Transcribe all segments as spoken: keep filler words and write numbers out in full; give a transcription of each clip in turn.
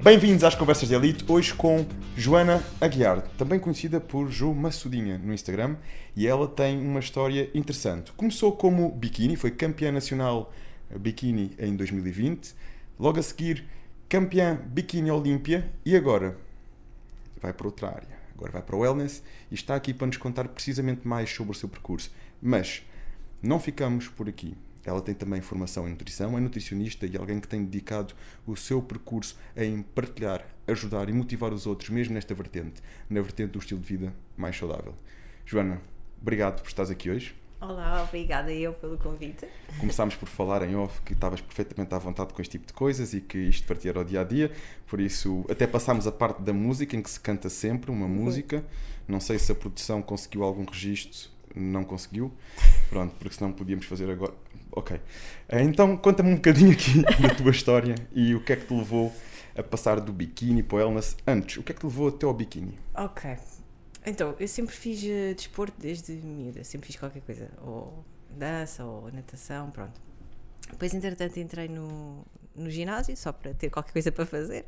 Bem-vindos às Conversas de Elite, hoje com Joana Aguiar, também conhecida por Jo Massudinha no Instagram, e ela tem uma história interessante. Começou como biquíni, foi campeã nacional biquíni em dois mil e vinte, logo a seguir campeã biquíni Olímpia e agora vai para outra área, agora vai para o wellness e está aqui para nos contar precisamente mais sobre o seu percurso. Mas não ficamos por aqui. Ela tem também formação em nutrição, é nutricionista e alguém que tem dedicado o seu percurso em partilhar, ajudar e motivar os outros, mesmo nesta vertente, na vertente do estilo de vida mais saudável. Joana, obrigado por estares aqui hoje. Olá, obrigada eu pelo convite. Começámos por falar em off que estavas perfeitamente à vontade com este tipo de coisas e que isto partia ao dia-a-dia, por isso até passámos a parte da música, em que se canta sempre uma música. Não sei se a produção conseguiu algum registro, não conseguiu, pronto, porque senão podíamos fazer agora. Ok, então conta-me um bocadinho aqui da tua história e o que é que te levou a passar do biquíni para o wellness. Antes, o que é que te levou até ao biquíni? Ok, então eu sempre fiz uh, desporto desde miúda, sempre fiz qualquer coisa, ou dança, ou natação, pronto. Depois, entretanto, entrei no, no ginásio, só para ter qualquer coisa para fazer.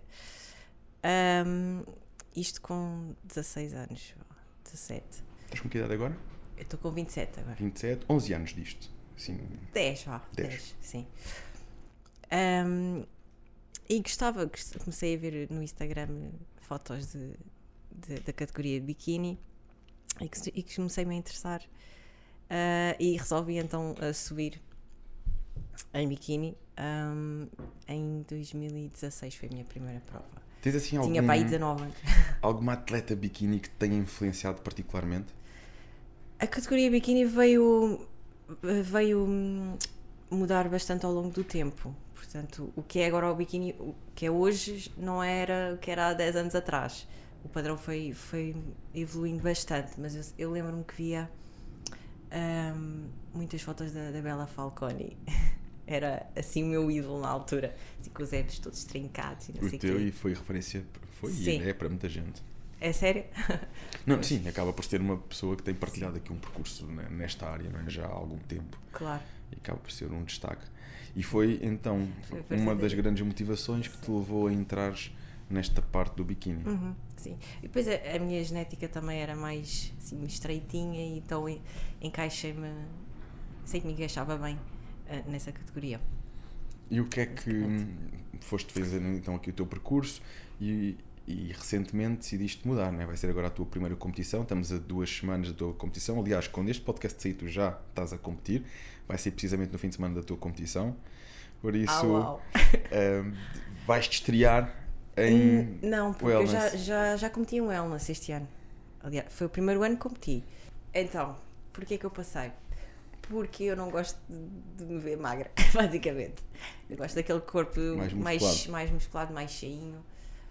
Um, isto com dezasseis anos, dezassete. Estás com que idade agora? Eu estou com vinte e sete agora. vinte e sete, onze anos disto. Sim. dez, vá. dez. dez, sim. Um, e gostava, comecei a ver no Instagram fotos de, de, da categoria de biquíni e, que, e que comecei-me a interessar. Uh, e resolvi então uh, subir em biquíni. Um, em dois mil e dezasseis foi a minha primeira prova. Tens assim algum, Tinha para aí dezanove anos. Alguma atleta biquíni que te tenha influenciado particularmente? A categoria biquíni veio, veio mudar bastante ao longo do tempo. Portanto, o que é agora o biquíni, o que é hoje, não era o que era há dez anos atrás. O padrão foi, foi evoluindo bastante, mas eu, eu lembro-me que via um, muitas fotos da, da Bella Falconi. Era assim o meu ídolo na altura, assim, com os abs todos trincados e não O sei teu quê. e foi referência, foi Sim. e é para muita gente. É sério? Não, sim, acaba por ser uma pessoa que tem partilhado aqui um percurso nesta área, não é? Já há algum tempo. Claro. E acaba por ser um destaque. E foi então Foi uma das grandes motivações que te levou a entrares nesta parte do biquíni. Uhum, sim. E depois a, a minha genética também era mais assim, estreitinha e então encaixei-me, sei que me encaixava bem uh, nessa categoria. E o que é que foste fazer então aqui o teu percurso e, e recentemente decidiste mudar, não é? Vai ser agora a tua primeira competição, estamos a duas semanas da tua competição, aliás, quando este podcast sair tu já estás a competir, vai ser precisamente no fim de semana da tua competição, por isso ah, uh, vais-te estrear em Não, porque wellness. eu já, já, já competi em wellness este ano, aliás, foi o primeiro ano que competi. Então, porquê que eu passei? Porque eu não gosto de, de me ver magra, basicamente. Eu gosto daquele corpo mais musculado, mais, mais, musculado, mais cheinho.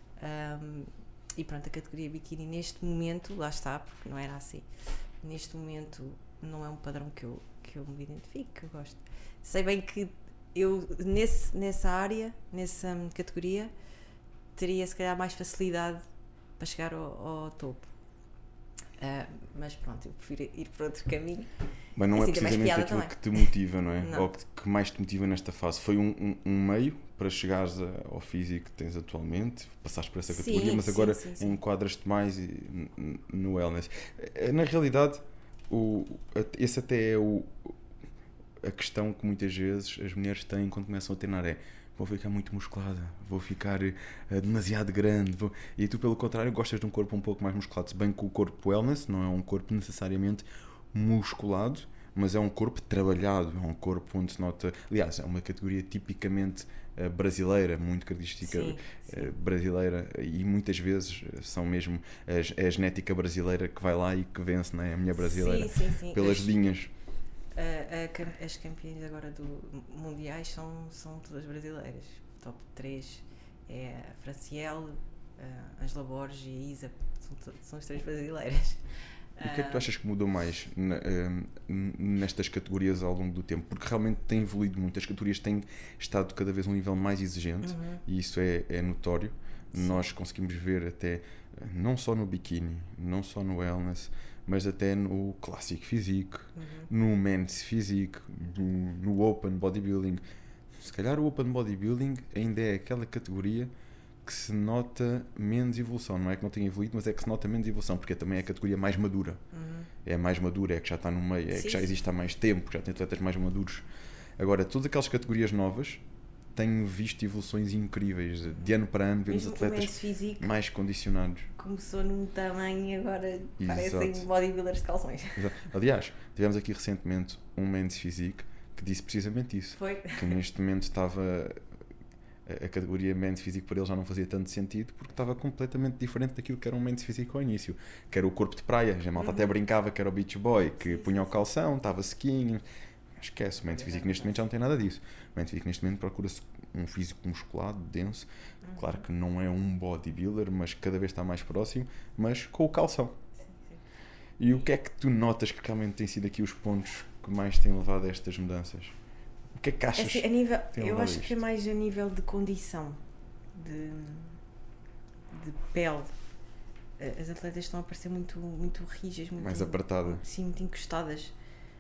Um, e pronto, a categoria biquíni neste momento, lá está, porque não era assim. Neste momento não é um padrão que eu, que eu me identifico, que eu gosto. Sei bem que eu, nesse, nessa área, nessa categoria, teria se calhar mais facilidade para chegar ao, ao topo. Uh, mas pronto, eu prefiro ir por outro caminho. Mas não assim, é precisamente aquilo também. que te motiva, não é? Não. Ou que, que mais te motiva nesta fase. Foi um, um, um meio para chegares a, ao físico que tens atualmente, passaste por essa categoria, sim, mas sim, agora sim, sim. enquadras-te mais no wellness. Na realidade, o, esse até é o, a questão que muitas vezes as mulheres têm quando começam a treinar, é: vou ficar muito musculada, vou ficar uh, demasiado grande, vou... e tu pelo contrário gostas de um corpo um pouco mais musculado, se bem que o corpo wellness não é um corpo necessariamente musculado, mas é um corpo trabalhado, é um corpo onde se nota, aliás, é uma categoria tipicamente uh, brasileira, muito característica sim, sim. Uh, brasileira, e muitas vezes são mesmo a, a genética brasileira que vai lá e que vence, não é? A mulher brasileira, sim, sim, sim. pelas as, linhas. A, a, as campeãs agora do mundiais são, são todas brasileiras. Top três é a Franciele, a Angela Borges e a Isa, são, são as três brasileiras. E o que é que tu achas que mudou mais na, nestas categorias ao longo do tempo? Porque realmente tem evoluído muito, as categorias têm estado cada vez a um nível mais exigente, uhum. e isso é, é notório. Sim. Nós conseguimos ver até, não só no biquíni, não só no wellness, mas até no Classic Physique, uhum. no Men's Physique, no, no Open Bodybuilding. Se calhar o Open Bodybuilding ainda é aquela categoria que se nota menos evolução. Não é que não tenha evoluído, mas é que se nota menos evolução, porque também é a categoria mais madura. Uhum. É mais madura, é que já está no meio, é Sim, que já sim. existe há mais tempo, já tem atletas mais maduros. Agora, todas aquelas categorias novas, tenho visto evoluções incríveis. De ano para ano, vemos Mesmo o atletas men's physique mais condicionados. começou num tamanho e agora Exato. parecem bodybuilders de calções. Exato. Aliás, tivemos aqui recentemente um men's physique que disse precisamente isso. Foi? Que neste momento estava... A categoria men's physique para ele já não fazia tanto sentido porque estava completamente diferente daquilo que era um men's physique ao início. Que era o corpo de praia. A malta uhum. até brincava que era o beach boy, que punha o calção, estava sequinho. Esquece, o men's physique neste momento já não tem nada disso. O men's physique neste momento procura-se um físico musculado, denso. Uhum. Claro que não é um bodybuilder, mas cada vez está mais próximo, mas com o calção. Sim, sim. E o que é que tu notas que realmente têm sido aqui os pontos que mais têm levado a estas mudanças? O que é que achas? Assim, a nível, que eu acho isto? que é mais a nível de condição, de, de pele. As atletas estão a parecer muito, muito rijas, muito, mais apertadas. Sim, muito encostadas.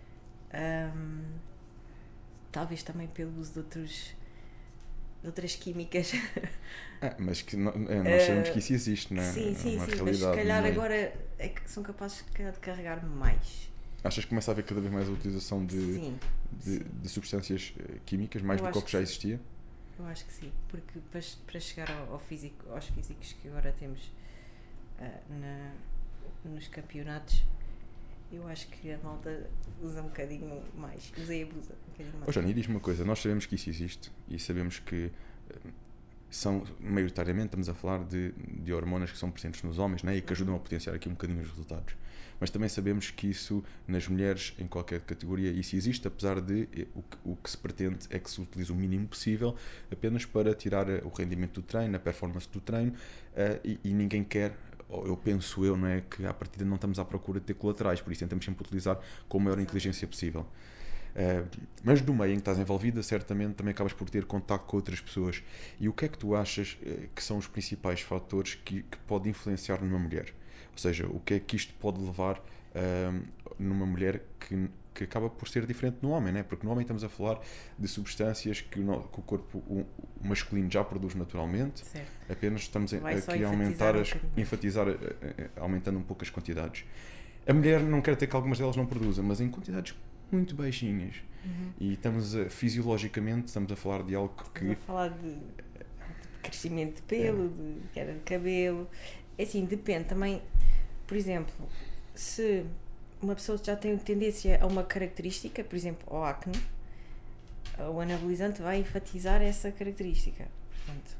Um, talvez também pelo uso de, outros, de outras químicas. Ah, mas que não, é, nós sabemos que isso existe, não é? Sim, sim, é uma sim, realidade, mas se calhar é? agora é que são capazes de carregar mais. Achas que começa a haver cada vez mais a utilização de, sim, de, sim. de substâncias químicas, mais eu do que o que já existia? Eu acho que sim, porque para, para chegar ao, ao físico, aos físicos que agora temos uh, na, nos campeonatos, eu acho que a malta usa um bocadinho mais, usa e abusa um bocadinho mais. Oh, Jani, diz-me uma coisa, nós sabemos que isso existe e sabemos que são, maioritariamente, estamos a falar de, de hormonas que são presentes nos homens, né, e que ajudam a potenciar aqui um bocadinho os resultados. Mas também sabemos que isso, nas mulheres, em qualquer categoria, isso existe, apesar de o que, o que se pretende é que se utilize o mínimo possível apenas para tirar o rendimento do treino, a performance do treino, uh, e, e ninguém quer, ou eu penso eu, não é, que à partida não estamos à procura de ter colaterais, por isso tentamos sempre utilizar com a maior inteligência possível. Uh, mas no meio em que estás envolvida, certamente também acabas por ter contacto com outras pessoas. E o que é que tu achas uh, que são os principais fatores que, que podem influenciar numa mulher? Ou seja, o que é que isto pode levar uh, numa mulher que, que acaba por ser diferente no homem, né? Porque no homem estamos a falar de substâncias que o, no, que o corpo o, o masculino já produz naturalmente, certo. Apenas estamos a, aqui a aumentar, as, um enfatizar, uh, uh, aumentando um pouco as quantidades. A mulher não quer ter que algumas delas não produzam, mas em quantidades muito baixinhas. Uhum. E estamos a, fisiologicamente, estamos a falar de algo que... Estamos a falar de, de crescimento de pelo, é. de queda de cabelo. É assim, depende também, por exemplo, se uma pessoa já tem tendência a uma característica, por exemplo, ao acne, o anabolizante vai enfatizar essa característica. Portanto,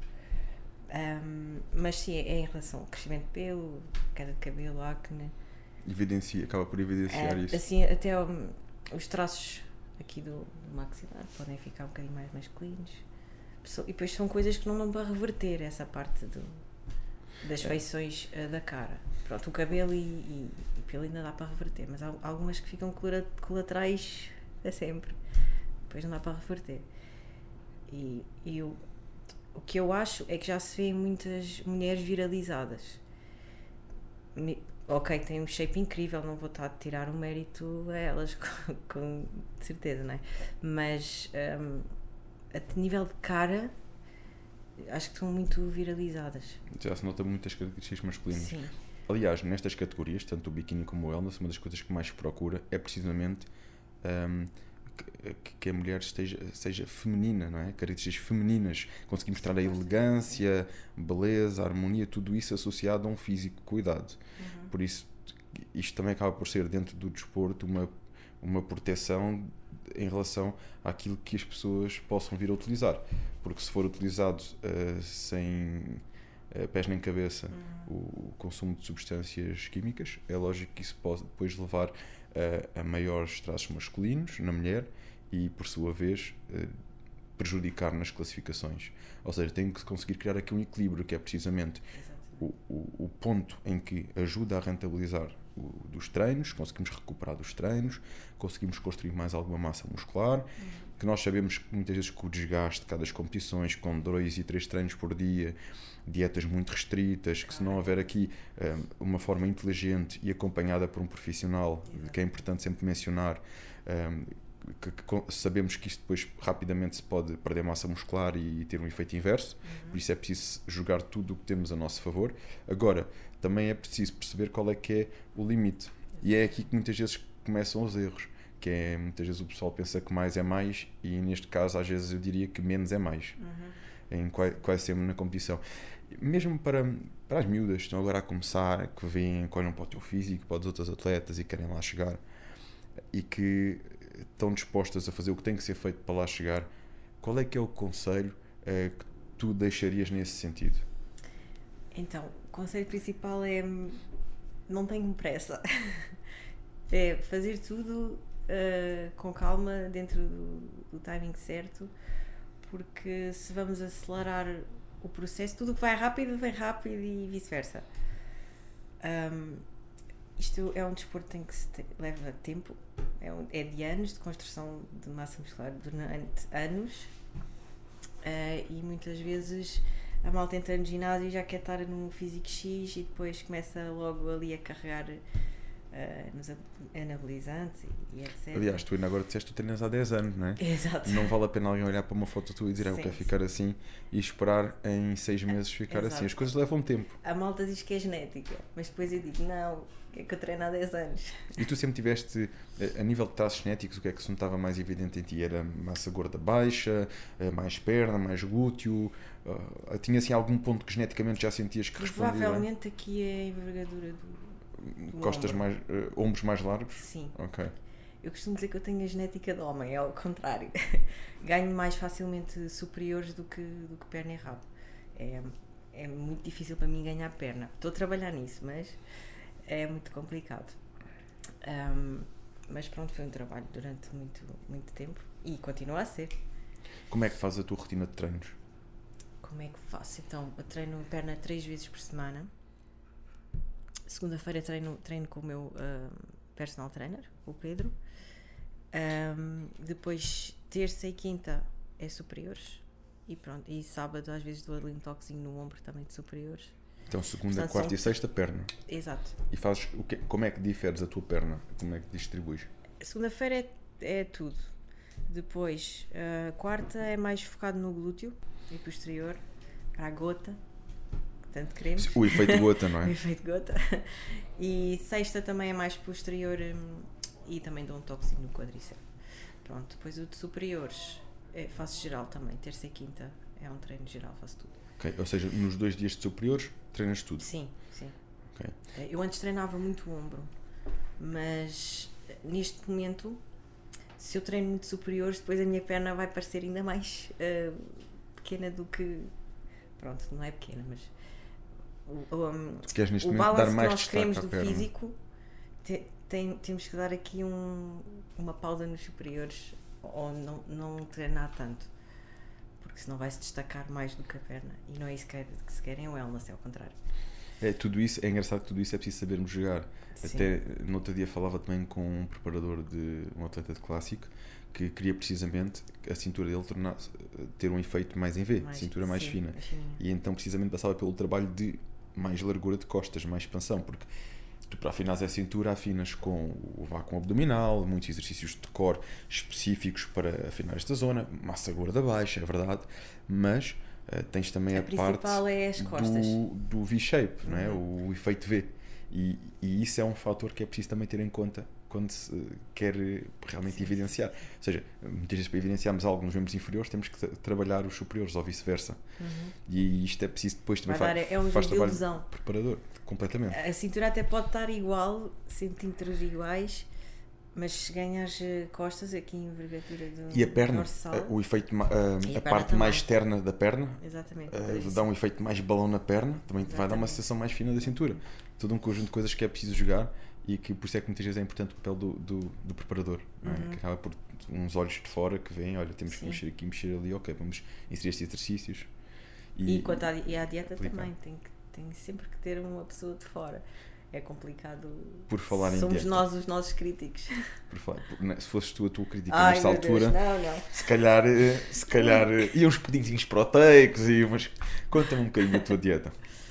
um, mas sim, é em relação ao crescimento de pelo, queda de cabelo, acne. Evidencia, acaba por evidenciar é, isso. Assim, até um, os traços aqui do, do maxilar podem ficar um bocadinho mais masculinos. E depois são coisas que não dão para reverter essa parte do, das feições uh, da cara. Pronto, o cabelo e, e, e pelo ainda dá para reverter, mas há algumas que ficam colaterais a sempre. Depois não dá para reverter. E, e eu, o que eu acho é que já se vê muitas mulheres viralizadas. Me, ok, tem um shape incrível, não vou estar a tirar o mérito a elas, com, com certeza, não é? Mas um, a nível de cara, acho que estão muito viralizadas. Já se nota muitas características masculinas. Sim. Aliás, nestas categorias, tanto o biquíni como o wellness, uma das coisas que mais se procura é precisamente um, que, que a mulher esteja, seja feminina, não é? Características femininas. Conseguir mostrar a elegância, beleza, harmonia, tudo isso associado a um físico cuidado. Uhum. Por isso, isto também acaba por ser, dentro do desporto, uma, uma proteção em relação àquilo que as pessoas possam vir a utilizar. Porque se for utilizado uh, sem uh, pés nem cabeça uhum. o consumo de substâncias químicas, é lógico que isso pode depois levar uh, a maiores traços masculinos na mulher e, por sua vez, uh, prejudicar nas classificações. Ou seja, tem que conseguir criar aqui um equilíbrio, que é precisamente o, o, o ponto em que ajuda a rentabilizar o, dos treinos, conseguimos recuperar dos treinos, conseguimos construir mais alguma massa muscular, uhum. que nós sabemos que muitas vezes que o desgaste de cada competições, com dois e três treinos por dia, dietas muito restritas, que se não houver aqui um, uma forma inteligente e acompanhada por um profissional, que é importante sempre mencionar, um, que, que sabemos que isto depois rapidamente se pode perder massa muscular e ter um efeito inverso, uhum. Por isso é preciso jogar tudo o que temos a nosso favor. Agora, também é preciso perceber qual é que é o limite, e é aqui que muitas vezes começam os erros, que é, muitas vezes o pessoal pensa que mais é mais, e neste caso às vezes eu diria que menos é mais, uhum. Em quase, quase sempre na competição. Mesmo para, para as miúdas que estão agora a começar, que vêm, que olham para o teu físico, para os outros atletas e querem lá chegar, e que estão dispostas a fazer o que tem que ser feito para lá chegar, qual é que é o conselho eh, que tu deixarias nesse sentido? Então, o conselho principal é não tenham pressa. É fazer tudo uh, com calma, dentro do, do timing certo, porque se vamos acelerar o processo, tudo que vai rápido, vem rápido e vice-versa. Um, isto é um desporto que, tem que se te, leva tempo, é, um, é de anos de construção de massa muscular durante anos, uh, e muitas vezes a malta entra no ginásio e já quer estar num físico X e depois começa logo ali a carregar uh, nos anabolizantes e, e etcétera. Aliás, tu ainda agora disseste que tu treinas há dez anos, não é? Exato. Não vale a pena alguém olhar para uma foto tua e dizer, ah, eu quero ficar assim, e esperar em seis meses ficar Exato. Assim. As coisas levam tempo. A malta diz que é genética, mas depois eu digo, não, é que eu treino há dez anos. E tu sempre tiveste, a nível de traços genéticos, o que é que se notava mais evidente em ti? Era massa gorda baixa, mais perna, mais glúteo? Uh, tinha assim algum ponto que geneticamente já sentias que respondia? Provavelmente aqui é a envergadura do, do Costas ombro. mais, uh, ombros mais largos? Sim. Ok. Eu costumo dizer que eu tenho a genética de homem, é ao contrário. Ganho mais facilmente superiores do que, do que perna e rabo. É, é muito difícil para mim ganhar perna. Estou a trabalhar nisso, mas é muito complicado. Um, mas pronto, foi um trabalho durante muito, muito tempo e continua a ser. Como é que fazes a tua rotina de treinos? Como é que faço? Então, eu treino perna três vezes por semana. Segunda-feira treino, treino com o meu uh, personal trainer, o Pedro. Um, depois, terça e quinta é superiores. E pronto, e sábado às vezes dou ali um toquezinho no ombro também de superiores. Então, segunda, Portanto, quarta são... e sexta, perna. Exato. E fazes o que, como é que diferes a tua perna? Como é que distribuis? Segunda-feira é, é tudo. Depois, uh, quarta é mais focado no glúteo e posterior, para a gota, que tanto queremos. O efeito gota, não é? O efeito gota. E sexta também é mais posterior, um, e também dou um toquezinho no quadríceps. Pronto, depois o de superiores é, faço geral também, terça e quinta é um treino geral, faço tudo. Ok, ou seja, nos dois dias de superiores treinas tudo? Sim, sim. Okay. Eu antes treinava muito o ombro, mas neste momento, se eu treino muito superiores, depois a minha perna vai parecer ainda mais uh, pequena do que... Pronto, não é pequena, mas... O, um, Queres neste o momento dar mais que nós queremos do perna. Físico, te, tem, temos que dar aqui um, uma pausa nos superiores, ou não, não treinar tanto, porque senão vai-se destacar mais do que a perna, e não é isso que, que se querem, o wellness, é ao contrário. É, tudo isso, é engraçado que tudo isso é preciso sabermos jogar. Sim. Até no outro dia falava também com um preparador de um atleta de clássico que queria precisamente a cintura dele tornar, ter um efeito mais em V, mais, cintura mais sim, fina. E então precisamente passava pelo trabalho de mais largura de costas, mais expansão, porque tu para afinares a cintura afinas com o vácuo abdominal, muitos exercícios de core específicos para afinar esta zona, massa gorda baixa, é verdade, mas uh, tens também a, a parte é as costas. do, do V-shape, uhum. Não é? o, o efeito V, e, e isso é um fator que é preciso também ter em conta quando se quer realmente sim. evidenciar. Ou seja, muitas vezes para evidenciarmos algo nos membros inferiores temos que trabalhar os superiores ou vice-versa. Uhum. E isto é preciso depois também fa- dar, é um faz trabalho ilusão. Preparador, completamente. A cintura até pode estar igual, centímetros iguais, mas se ganhas costas aqui em envergadura do E a perna, dorsal, o efeito, a, a, a parte também. mais externa da perna, exatamente, uh, dá um efeito mais balão na perna, também exatamente. Vai dar uma sensação mais fina da cintura. Todo um conjunto de coisas que é preciso jogar e que por isso é que muitas vezes é importante o papel do, do, do preparador, não é? Uhum. Que acaba por uns olhos de fora que veem, olha, temos Sim. que mexer aqui, mexer ali, ok, vamos inserir estes exercícios. E, e quanto à, e à dieta aplicar. Também, tem, que, tem sempre que ter uma pessoa de fora. É complicado. Por falar em Somos dieta. nós os nossos críticos. Por falar, por, se fosses tu a tua crítica Ai, nesta altura, Deus, não, não. se calhar, se calhar e uns pudinzinhos proteicos e umas... Conta-me um bocadinho da tua dieta.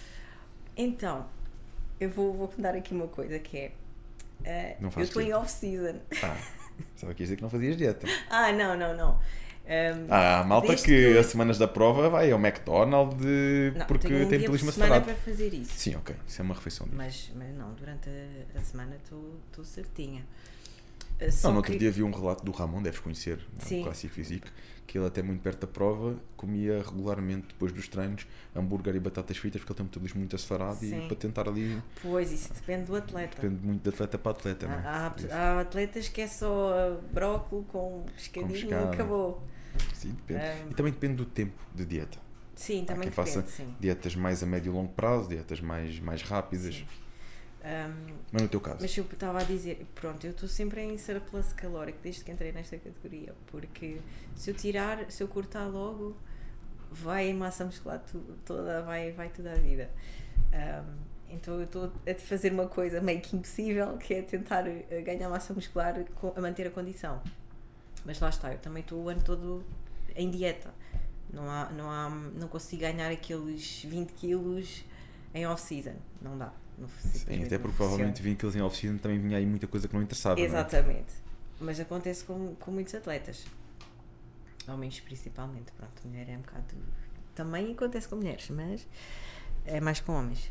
Então, eu vou, vou dar aqui uma coisa que é Uh, eu estou em off-season. Ah. Estava aqui a dizer que não fazias dieta. Ah, não, não, não. Um, Ah, a malta que, que as semanas da prova vai ao McDonald's não, porque tenho um tem dia por metabolismo semana acelerado. para fazer isso. Sim, ok. Isso é uma refeição livre. Mas, mas não, durante a, a semana estou certinha. Não, no outro que... dia vi um relato do Ramon, deves conhecer, um clássico físico, que ele até muito perto da prova comia regularmente depois dos treinos hambúrguer e batatas fritas porque ele tem um metabolismo muito acelerado. Sim. E para tentar ali... Pois, isso depende do atleta. Depende muito de atleta para atleta, não é? Há, há atletas que é só brócolis com pescadinho e acabou. Sim, depende. Um... E também depende do tempo de dieta. Sim, também há quem depende, faça sim. dietas mais a médio e longo prazo, dietas mais, mais rápidas. Sim. Um, mas no teu caso? Mas eu estava a dizer, pronto, eu estou sempre em surplus calórico desde que entrei nesta categoria, porque se eu tirar, se eu cortar logo, vai a massa muscular tu, toda, vai, vai toda a vida. Um, então eu estou a fazer uma coisa meio que impossível, que é tentar ganhar massa muscular a manter a condição. Mas lá está, eu também estou o ano todo em dieta. Não, há, não, há, não consigo ganhar aqueles vinte quilos em off-season, não dá. Não, sim, até porque provavelmente vinte quilos em off-season também vinha aí muita coisa que não interessava. Exatamente. Não é? Mas acontece com, com muitos atletas. Homens principalmente. Pronto, mulher é um bocado... Também acontece com mulheres, mas é mais com homens.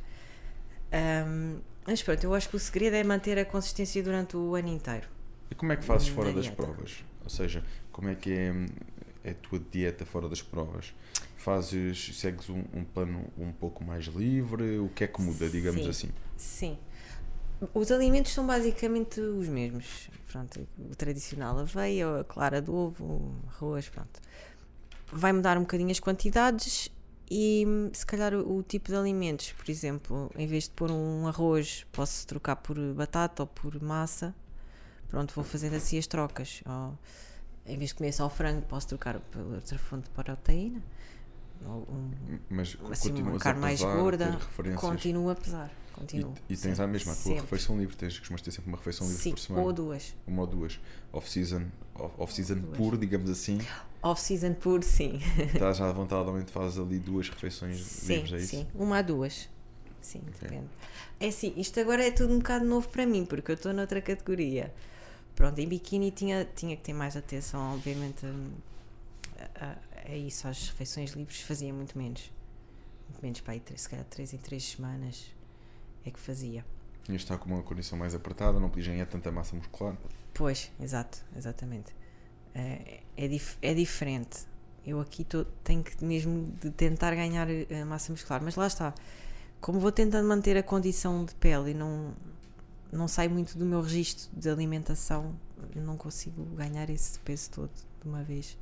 Um, mas pronto, eu acho que o segredo é manter a consistência durante o ano inteiro. E como é que fazes fora das provas? Ou seja, como é que é, é a tua dieta fora das provas? Fazes, segues um, um plano um pouco mais livre? O que é que muda, digamos sim, assim? Sim. Os alimentos são basicamente os mesmos. Pronto, o tradicional, aveia, a clara do ovo, arroz, pronto. Vai mudar um bocadinho as quantidades e se calhar o, o tipo de alimentos. Por exemplo, em vez de pôr um arroz, posso trocar por batata ou por massa. Pronto, vou fazendo assim as trocas. Ou, em vez de comer só o frango, posso trocar por outra fonte de proteína. Um, mas assim, uma carne mais gorda, continua a pesar. Continua. E, e tens a mesma, a tua sempre. refeição livre, tens que ter sempre uma refeição livre Sim, por semana. ou duas. Uma ou duas. Off-season, off-season puro, digamos assim. Off-season puro, sim. Estás já à vontade, realmente fazes ali duas refeições sim, livres, é isso? Sim, uma a duas. Sim, okay. Depende. É assim, isto agora é tudo um bocado novo para mim, porque eu estou noutra categoria. Pronto, em biquíni tinha, tinha que ter mais atenção, obviamente, a, a, a isso, às refeições livres fazia muito menos. Muito menos para aí, se calhar três em três semanas é que fazia. Tinhas de estar com uma condição mais apertada, não podias ganhar tanta massa muscular. Pois, exato, exatamente. É, é, dif, é diferente. Eu aqui tô, tenho que mesmo de tentar ganhar a massa muscular, mas lá está. Como vou tentando manter a condição de pele e não, não sai muito do meu registro de alimentação, não consigo ganhar esse peso todo de uma vez.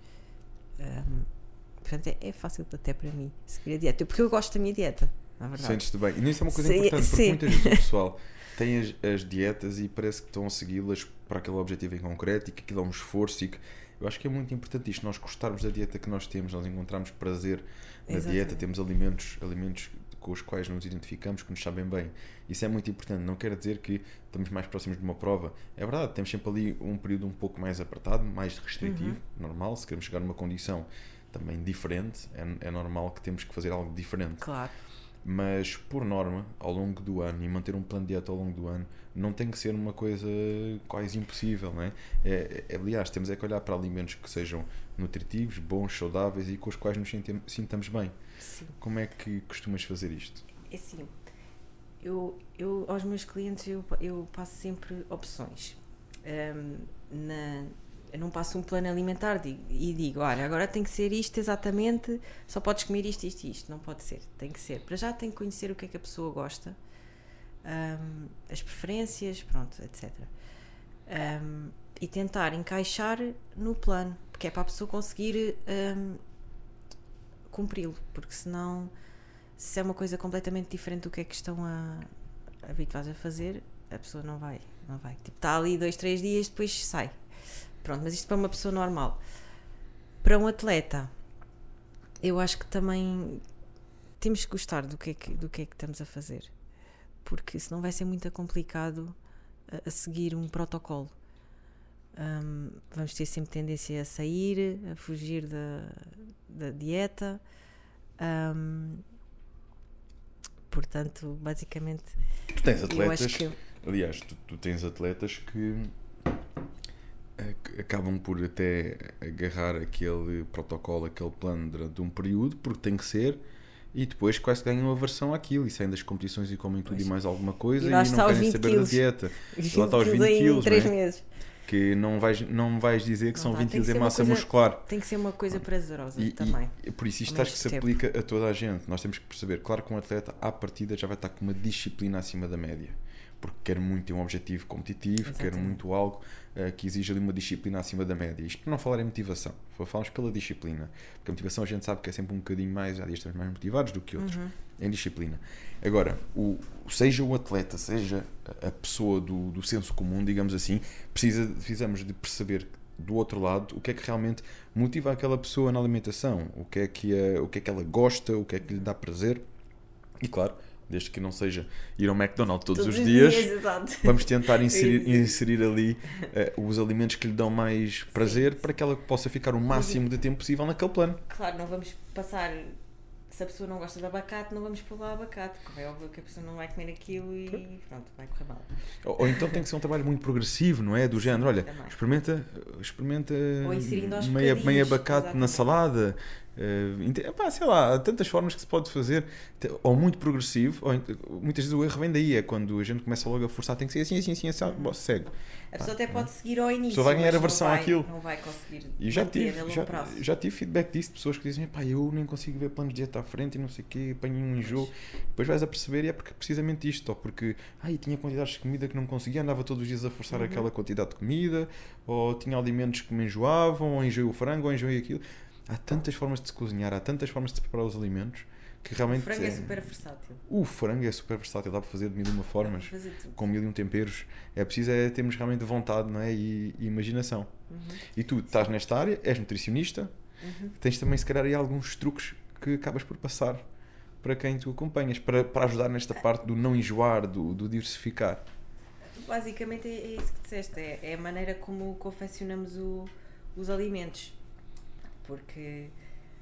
Um, portanto, é, é fácil até para mim seguir a dieta, porque eu gosto da minha dieta, na verdade. Sentes-te bem. E nisso é uma coisa sim, importante, porque sim. muitas vezes o pessoal tem as, as dietas e parece que estão a segui-las para aquele objetivo em concreto e que aquilo é um esforço e que eu acho que é muito importante isto, nós gostarmos da dieta que nós temos, nós encontramos prazer na Exatamente. dieta, temos alimentos, alimentos com os quais nos identificamos, que nos sabem bem. Isso é muito importante, não quer dizer que estamos mais próximos de uma prova. É verdade, temos sempre ali um período um pouco mais apertado, mais restritivo, uhum. normal, se queremos chegar numa condição também diferente, é, é normal que temos que fazer algo diferente. Claro. Mas, por norma, ao longo do ano, e manter um plano de dieta ao longo do ano, não tem que ser uma coisa quase impossível, não é? É, é aliás, temos é que olhar para alimentos que sejam nutritivos, bons, saudáveis e com os quais nos sintamos bem. Sim. Como é que costumas fazer isto? É assim, eu, eu aos meus clientes eu, eu passo sempre opções. Um, na... Eu não passo um plano alimentar digo, e digo, olha, agora tem que ser isto exatamente, só podes comer isto, isto e isto. Não pode ser, tem que ser. Para já tem que conhecer o que é que a pessoa gosta, um, as preferências, pronto, etcétera. Um, e tentar encaixar no plano, porque é para a pessoa conseguir um, cumpri-lo, porque senão, se é uma coisa completamente diferente do que é que estão a, habituados a fazer, a pessoa não vai, não vai. Tipo, está ali dois, três dias, depois sai. Pronto, mas isto para uma pessoa normal. Para um atleta, eu acho que também temos que gostar do que é que, do que, é que estamos a fazer, porque senão vai ser muito complicado a, a seguir um protocolo. Um, vamos ter sempre tendência a sair, a fugir da, da dieta. Um, portanto, basicamente... Tu tens atletas, eu acho que... aliás, tu, tu tens atletas que... acabam por até agarrar aquele protocolo, aquele plano durante um período, porque tem que ser, e depois quase ganham aversão àquilo e saem das competições e comem tudo pois. E mais alguma coisa e, e não querem saber quilos. Da dieta. E lá está os vinte quilos, três né? meses. Que não vais, não vais dizer que não, são vinte quilos em massa coisa, muscular. Tem que ser uma coisa prazerosa e, também. E, por isso isto acho que se tempo. aplica a toda a gente. Nós temos que perceber, claro que um atleta à partida já vai estar com uma disciplina acima da média. Porque quer muito ter um objetivo competitivo, Exatamente. Quer muito algo uh, que exige ali uma disciplina acima da média. Isto para não falar em motivação, falamos pela disciplina. Porque a motivação a gente sabe que é sempre um bocadinho mais, há dias estamos mais motivados do que outros, uhum. em disciplina. Agora, o, seja o atleta, seja a pessoa do, do senso comum, digamos assim, precisa, precisamos de perceber do outro lado o que é que realmente motiva aquela pessoa na alimentação, o que é que, é, o que, é que ela gosta, o que é que lhe dá prazer. E claro, desde que não seja ir ao McDonald's todos, todos os dias, dias vamos tentar inserir, inserir ali uh, os alimentos que lhe dão mais prazer sim. para que ela possa ficar o máximo de tempo possível naquele plano. Claro, não vamos passar, se a pessoa não gosta de abacate, não vamos pôr lá abacate, porque é óbvio que a pessoa não vai comer aquilo e pronto, vai correr mal. Ou, ou então tem que ser um trabalho muito progressivo, não é? Do género, olha, também. experimenta, experimenta meia, meia abacate exatamente. Na salada. Uh, pá, sei lá, há tantas formas que se pode fazer, ou muito progressivo, ou muitas vezes o erro vem daí, é quando a gente começa logo a forçar, tem que ser assim, assim, assim, assim, uhum. segue. A pessoa pá, até pode é? seguir ao início, a pessoa vai ganhar aversão àquilo. Não vai conseguir e já tive, já, já tive feedback disso, de pessoas que dizem, pá, eu nem consigo ver planos de dieta à frente e não sei o quê, apanho um enjoo. Depois vais a perceber e é porque precisamente isto, ou porque ai, tinha quantidades de comida que não conseguia, andava todos os dias a forçar uhum. aquela quantidade de comida, ou tinha alimentos que me enjoavam, ou enjoei o frango, ou enjoei aquilo. Há tantas formas de se cozinhar, há tantas formas de se preparar os alimentos que realmente... O frango é, é super versátil. O frango é super versátil, dá para fazer de mil e uma formas, com mil e um temperos. É preciso é termos realmente vontade, não é? e, e imaginação. Uhum. E tu estás nesta área, és nutricionista, uhum. tens também se calhar aí alguns truques que acabas por passar para quem tu acompanhas, para, para ajudar nesta parte do não enjoar, do, do diversificar. Basicamente é isso que disseste, é, é a maneira como confeccionamos o, os alimentos. Porque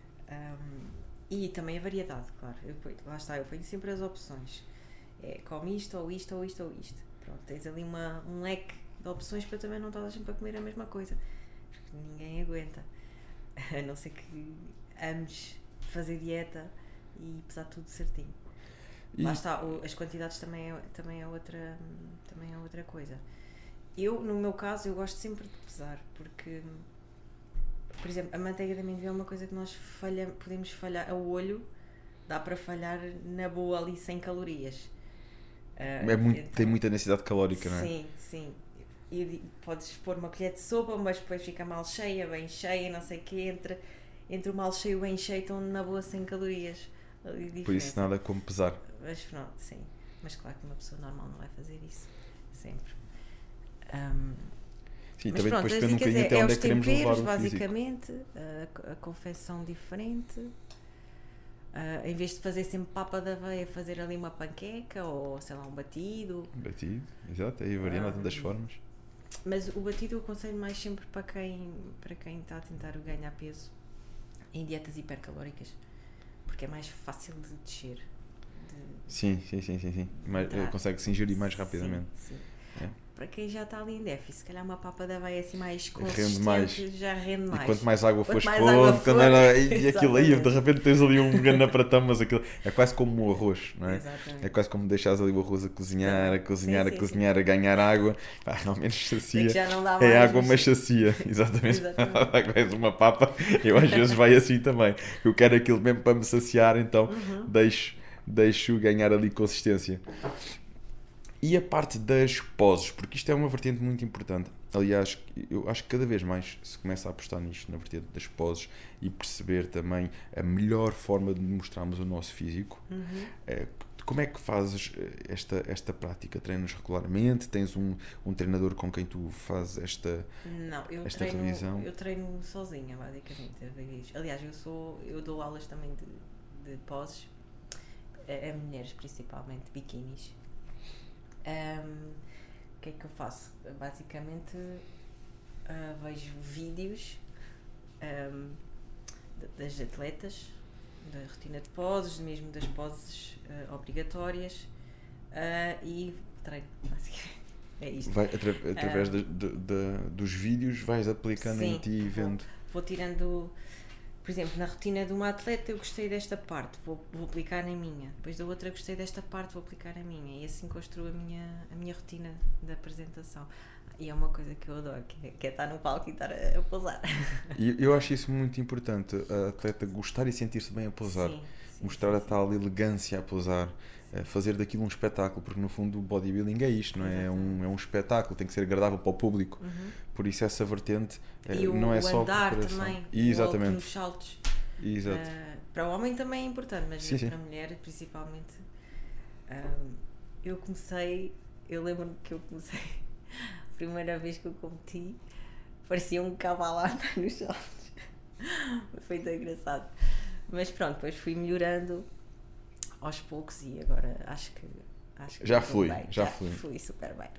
um, e também a variedade, claro, eu ponho, lá está, eu ponho sempre as opções, é, come isto ou isto ou isto ou isto, pronto, tens ali uma, um leque de opções para também não estar sempre a comer a mesma coisa, porque ninguém aguenta, a não ser que ames fazer dieta e pesar tudo certinho. E... lá está, o, as quantidades também é, também, é outra, também é outra coisa. Eu, no meu caso, eu gosto sempre de pesar, porque por exemplo, a manteiga de amendoim é uma coisa que nós falha, podemos falhar a olho, dá para falhar na boa ali sem calorias. Uh, é muito, então, tem muita densidade calórica, não é? Sim, sim. E podes pôr uma colher de sopa, mas depois fica mal cheia, bem cheia, não sei o quê, entre, entre o mal cheio e o bem cheio estão na boa sem calorias. Por isso nada como pesar. Mas pronto, sim. Mas claro que uma pessoa normal não vai fazer isso, sempre. Um, Sim, mas também pronto, depois depende um bocadinho é, até é onde é que queremos levar o físico. Basicamente, a, a confecção diferente, uh, em vez de fazer sempre papa de aveia, fazer ali uma panqueca ou, sei lá, um batido. Batido, exato, aí varia de tantas formas. Mas o batido eu aconselho mais sempre para quem, para quem está a tentar ganhar peso em dietas hipercalóricas, porque é mais fácil de descer. De, sim, sim, sim, sim, sim. Mais, consegue-se ingerir mais rapidamente. Sim, sim. É. Para quem já está ali em déficit, se calhar uma papa de aveia assim mais consistente rende mais. já rende mais. E quanto mais água fores pondo, quando era, e aquilo aí, de repente tens ali um grande pratão, mas aquilo é quase como o arroz, não é? Exatamente. É quase como deixares ali o arroz a cozinhar, a cozinhar, sim, sim, a cozinhar, sim. a ganhar água. Pá, realmente sacia. Já não dá mais, é água, mas sacia. Exatamente. Exatamente. uma papa, eu às vezes vai assim também. Eu quero aquilo mesmo para me saciar, então uhum. deixo, deixo ganhar ali consistência. E a parte das poses, porque isto é uma vertente muito importante. Aliás, eu acho que cada vez mais se começa a apostar nisto, na vertente das poses, e perceber também a melhor forma de mostrarmos o nosso físico. Uhum. É, como é que fazes esta, esta prática? Treinas regularmente? Tens um, um treinador com quem tu fazes esta, Não, eu esta treino, revisão? Eu treino sozinha, basicamente. Aliás, eu, sou, eu dou aulas também de, de poses, a, a mulheres principalmente, biquinis. Um, o que é que eu faço? Basicamente uh, vejo vídeos um, das atletas, da rotina de poses, mesmo das poses uh, obrigatórias uh, e treino, basicamente. é isto. Vai, atra, através uh, de, de, de, dos vídeos vais aplicando sim, em ti e vendo. Vou, vou tirando, por exemplo, na rotina de uma atleta eu gostei desta parte, vou, vou aplicar na minha. Depois da outra gostei desta parte, vou aplicar na minha. E assim construo a minha, a minha rotina de apresentação. E é uma coisa que eu adoro, que é, que é estar no palco e estar a, a pousar. E eu acho isso muito importante, a atleta gostar e sentir-se bem a pousar. Sim, sim, mostrar sim, a tal elegância a pousar, fazer daquilo um espetáculo, porque no fundo o bodybuilding é isto, não é? É um, é um espetáculo, tem que ser agradável para o público. Uhum. Por isso essa vertente e não o, é só o andar também, e exatamente. O alto nos saltos. Exato. Uh, para o homem também é importante, mas sim, para sim. a mulher principalmente. Um, eu comecei, eu lembro-me que eu comecei a primeira vez que eu competi, parecia um cavalo a andar nos saltos. Foi tão engraçado. Mas pronto, depois fui melhorando aos poucos e agora acho que, acho que já fui, bem. já, já fui. fui super bem.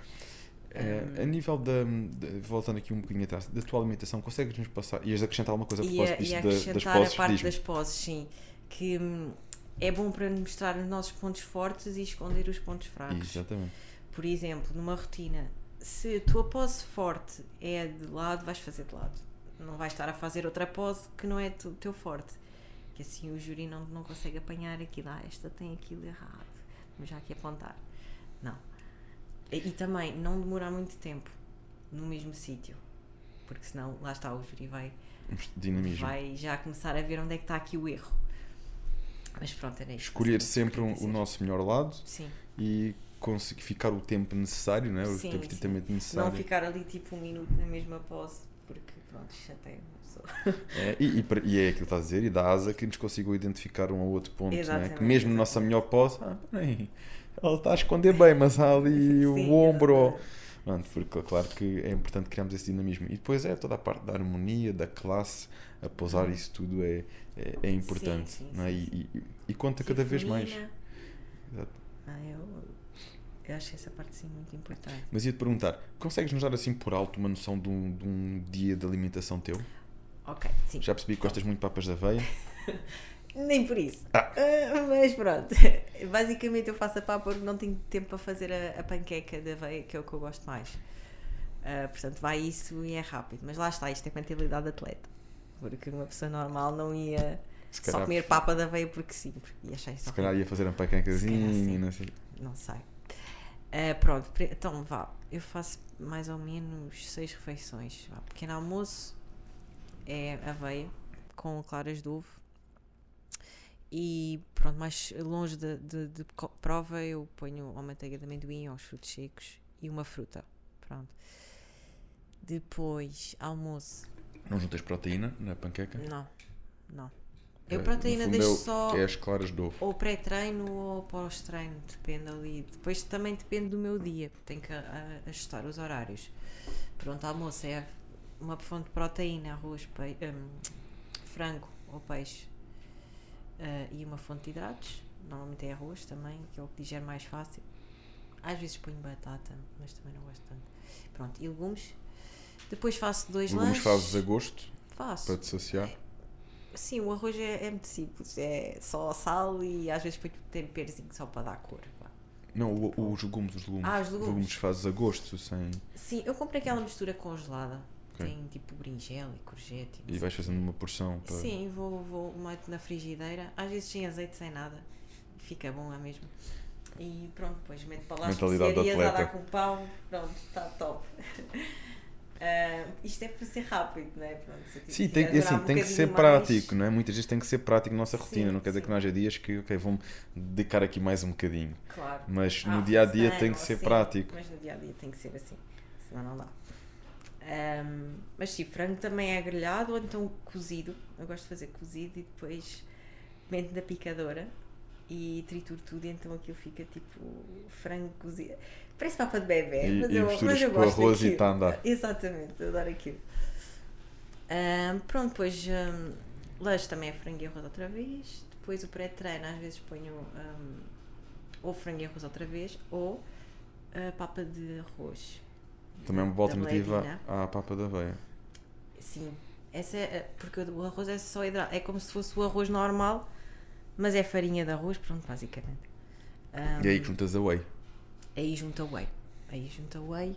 É, um, a nível da, de, voltando aqui um bocadinho atrás, da tua alimentação, consegues-nos passar, ias acrescentar alguma coisa a propósito disso, da, das poses? A parte das poses, sim, que hum, é bom para mostrar os nossos pontos fortes e esconder os pontos fracos. Exatamente. Por exemplo, numa rotina, se a tua pose forte é de lado, vais fazer de lado, não vais estar a fazer outra pose que não é o teu forte, que assim o júri não, não consegue apanhar aquilo, ah, esta tem aquilo errado, vamos já aqui apontar. Não. E, e também não demorar muito tempo no mesmo sítio, porque senão lá está, o júri vai, vai já começar a ver onde é que está aqui o erro. Mas pronto, era isso. Escolher sempre um, o nosso melhor lado. Sim. E conseguir ficar o tempo necessário, não é? O sim, tempo estritamente necessário. Não ficar ali tipo um minuto na mesma pose, porque pronto, chateia uma pessoa. É, e, e, e é aquilo que estás a dizer, e dá asa que nos consigam identificar um ou outro ponto, não é? Que mesmo na nossa melhor pose, ah, bem, ela está a esconder bem, mas há ali sim, o ombro. Pronto, porque claro que é importante criarmos esse dinamismo. E depois é toda a parte da harmonia, da classe, a pousar, isso tudo é, é, é importante. Sim, sim, não é? sim, e, e, e conta sim, cada vez mais. Exato. Ah, eu, eu acho essa parte sim muito importante. Mas ia-te perguntar, consegues-nos dar assim por alto uma noção de um, de um dia de alimentação teu? Ok, sim. Já percebi que gostas muito de papas de aveia. Nem por isso. Ah. Uh, mas pronto. Basicamente eu faço a papa porque não tenho tempo para fazer a, a panqueca de aveia, que é o que eu gosto mais. Uh, portanto, vai isso e é rápido. Mas lá está, isto é mentalidade de atleta. Porque uma pessoa normal não ia se só calhar, comer papa de aveia porque sim. Porque ia achar isso se calhar ia fazer uma panquecazinha, não sei. Não sei. Uh, pronto, então vá. Eu faço mais ou menos seis refeições. Vá. Pequeno almoço é aveia com claras de ovo. E pronto, mais longe de, de, de prova eu ponho a manteiga de amendoim ou os frutos secos e uma fruta. Pronto. Depois, almoço. Não juntas proteína na panqueca? Não, não. Eu proteína deixo é só é as claras de ovo. ou pré-treino ou pós-treino, depende ali. Depois também depende do meu dia, tenho que a, a, ajustar os horários. Pronto, almoço é uma fonte de proteína, arroz, peixe, um, frango ou peixe. Uh, e uma fonte de hidratos, normalmente é arroz também, que é o que digere mais fácil. Às vezes ponho batata, mas também não gosto tanto. Pronto, e legumes. Depois faço dois legumes lanches. Legumes fazes a gosto? Faço. Para te saciar? É, sim, o arroz é, é muito simples, é só sal e às vezes ponho temperozinho só para dar cor. Pá. Não, o, os legumes, os legumes. Ah, os legumes. Os legumes fazes a gosto, sem... Sim, eu comprei aquela mistura congelada. Okay. Tem tipo berinjela e courgette. E vais fazendo uma porção para... Sim, vou, vou meto na frigideira, às vezes sem azeite, sem nada, fica bom é mesmo. E pronto, depois meto para lá as especiarias a dar com pão, pronto, está top. Uh, isto é para ser rápido, não é? Pronto, se sim, tem, assim, um tem que ser mais... prático, não é? Muitas vezes tem que ser prático na nossa rotina, sim, não quer dizer sim. que não haja dias que, ok, vou-me dedicar aqui mais um bocadinho. Claro. Mas ah, no dia-a-dia tem que assim, ser prático. Mas no dia-a-dia tem que ser assim, senão não dá. Um, mas sim, frango também é grelhado ou então cozido. Eu gosto de fazer cozido e depois meto na picadora e trituro tudo, e então aquilo fica tipo frango cozido. Parece papa de bebê, e, mas, e eu, mas eu com gosto arroz daquilo. E está a andar. Exatamente, eu adoro aquilo. Um, pronto, depois um, lanche também é frango e arroz outra vez. Depois o pré-treino às vezes ponho um, ou frango e arroz outra vez ou uh, papa de arroz. Também é uma boa alternativa à papa da aveia. Sim, essa é, porque o arroz é só hidrato, é como se fosse o arroz normal, mas é farinha de arroz, pronto, basicamente. Um, e aí juntas a whey. Aí junta o whey. aí junto a whey.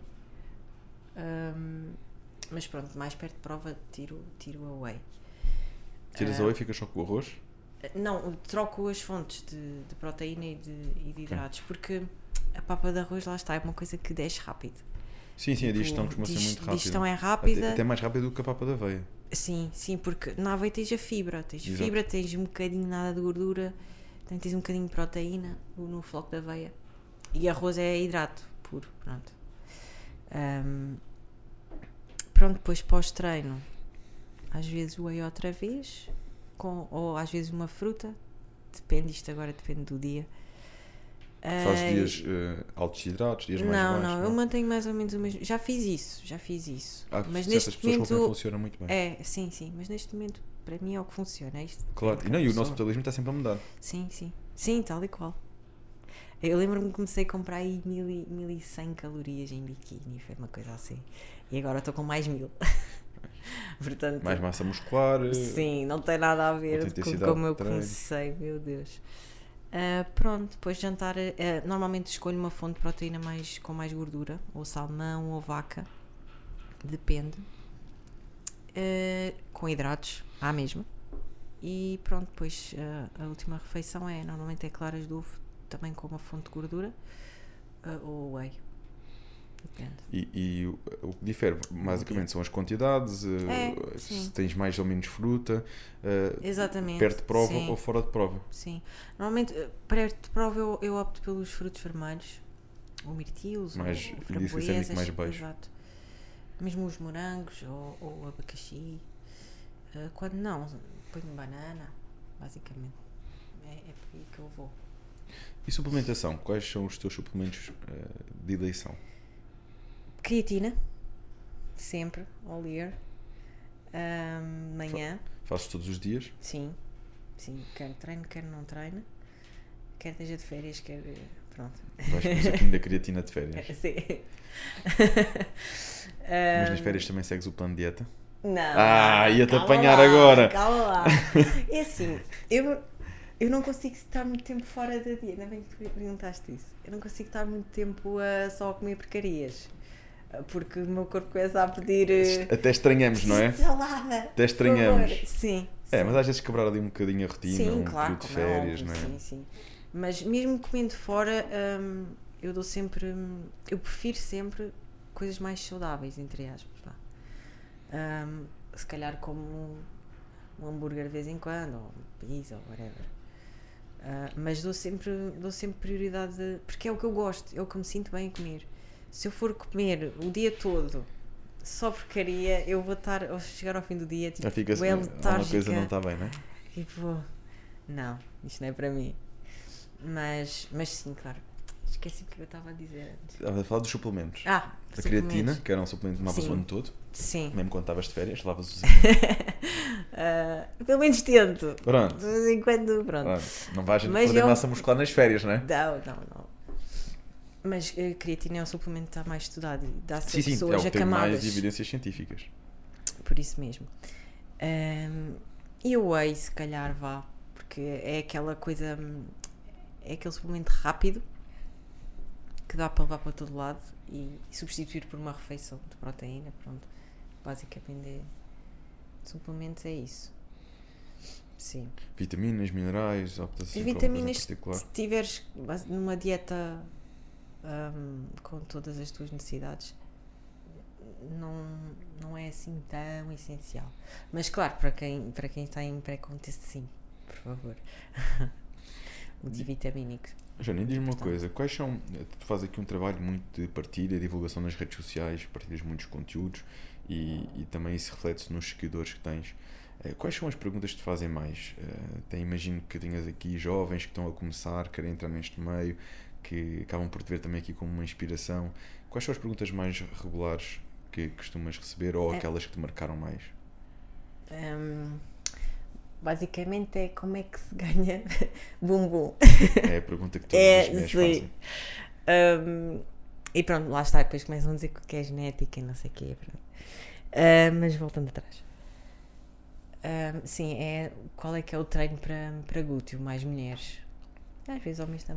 Um, mas pronto, mais perto de prova tiro, tiro a whey. Tiras uh, a whey e ficas só com o arroz? Não, troco as fontes de, de proteína e de, e de hidratos, okay. Porque a papa de arroz, lá está, é uma coisa que desce rápido. Sim, sim, a digestão costuma ser muito rápida. A digestão é rápida. Até, até mais rápida do que a papa da aveia. Sim, sim, porque na aveia tens a fibra, tens Exato. fibra, tens um bocadinho nada de gordura, tens um bocadinho de proteína no floco da aveia. E arroz é hidrato puro, pronto. Um, pronto, depois pós-treino, às vezes whey outra vez, com, ou às vezes uma fruta, depende, isto agora depende do dia. Faz uh, dias uh, altos hidratos, dias mais não, baixos? Não, não, eu mantenho mais ou menos o mesmo. Já fiz isso, já fiz isso. Há mas certas neste pessoas momento, que funciona muito bem. É, sim, sim, mas neste momento para mim é o que funciona. É isto, claro, é e, não, e o nosso metabolismo está sempre a mudar. Sim, sim, sim, tal e qual. Eu lembro-me que comecei a comprar aí mil e cem calorias em biquíni, foi uma coisa assim. E agora estou com mais mil. Portanto, mais massa muscular. Sim, não tem nada a ver com como eu comecei, meu Deus. Uh, pronto, depois de jantar, uh, normalmente escolho uma fonte de proteína mais, com mais gordura, ou salmão ou vaca, depende, uh, com hidratos, à mesma. E pronto, depois uh, a última refeição é, normalmente é claras de ovo, também com uma fonte de gordura, uh, ou whey. Depende. E, e o, o que difere basicamente são as quantidades, é, se tens mais ou menos fruta, uh, Exatamente. perto de prova sim. ou fora de prova. Sim, normalmente perto de prova eu, eu opto pelos frutos vermelhos, ou mirtilos, mais, ou framboesas, mais baixo. Exato. Mesmo os morangos ou, ou abacaxi. Uh, quando não, ponho banana, basicamente. É, é por aí que eu vou. E suplementação? Quais são os teus suplementos uh, de eleição? Creatina, sempre, all year, um, manhã. Fazes todos os dias? Sim, sim, quer treino, quer não treino, quer esteja de férias, quer, pronto. Vais com o saquinho da creatina de férias? Sim. Mas nas férias também segues o plano de dieta? Não. Ah, ia-te apanhar lá, agora! Calma lá, é assim, eu... Eu não consigo estar muito tempo fora da dieta, ainda bem que tu perguntaste isso. Eu não consigo estar muito tempo a só a comer porcarias, porque o meu corpo começa a pedir... Até estranhamos, não é? Salada! Até estranhamos. Sim. É, sim. mas às vezes quebrar ali um bocadinho a rotina, sim, um claro, período de férias, é não é? Sim, sim. Mas mesmo comendo fora, hum, eu dou sempre... Hum, eu prefiro sempre coisas mais saudáveis, entre aspas. Pá. Hum, se calhar como um, um hambúrguer de vez em quando, ou pizza, ou whatever. Uh, mas dou sempre, dou sempre prioridade de, porque é o que eu gosto, é o que me sinto bem a comer. Se eu for comer o dia todo só porcaria, eu vou estar, ao chegar ao fim do dia, tipo, fica assim, alguma coisa não está bem, não é? Tipo, não, isto não é para mim. Mas, mas sim, claro. Esqueci o que eu estava a dizer antes. Estava a falar dos suplementos. Ah, a creatina, que era um suplemento que tomavas o ano todo. Sim. Mesmo quando estavas de férias, lavas os uh, Pelo menos tento. Pronto. De vez em quando, pronto. pronto. Não vais Mas perder eu... massa muscular nas férias, não é? Não, não, não. Mas a creatina é um suplemento que está mais estudado e dá-se sim, a sim, pessoas é o que tem acamadas. mais evidências científicas. Por isso mesmo. Um, e o whey, se calhar, vá. Porque é aquela coisa... É aquele suplemento rápido que dá para levar para todo lado e, e substituir por uma refeição de proteína, pronto. Basicamente, é, suplementos é isso. Sim. Vitaminas, minerais, optas As vitaminas, se tiveres numa dieta um, com todas as tuas necessidades, não, não é assim tão essencial. Mas claro, para quem, para quem está em pré-contexto, sim, por favor. Multivitamínico. Jana, diz-me uma coisa, quais são, tu fazes aqui um trabalho muito de partilha, divulgação nas redes sociais, partilhas muitos conteúdos e, e também isso reflete-se nos seguidores que tens. Quais são as perguntas que te fazem mais? Uh, tem, imagino que tenhas aqui jovens que estão a começar, querem entrar neste meio, que acabam por te ver também aqui como uma inspiração. Quais são as perguntas mais regulares que costumas receber ou é. aquelas que te marcaram mais? Um... Basicamente é como é que se ganha bumbum. É a pergunta que todas é, as mulheres sim. fazem. Um, e pronto, lá está, depois começam a dizer que é genética e não sei o quê. Uh, mas voltando atrás. Um, sim, é qual é que é o treino para, para glúteo, mais mulheres. Às vezes homens também.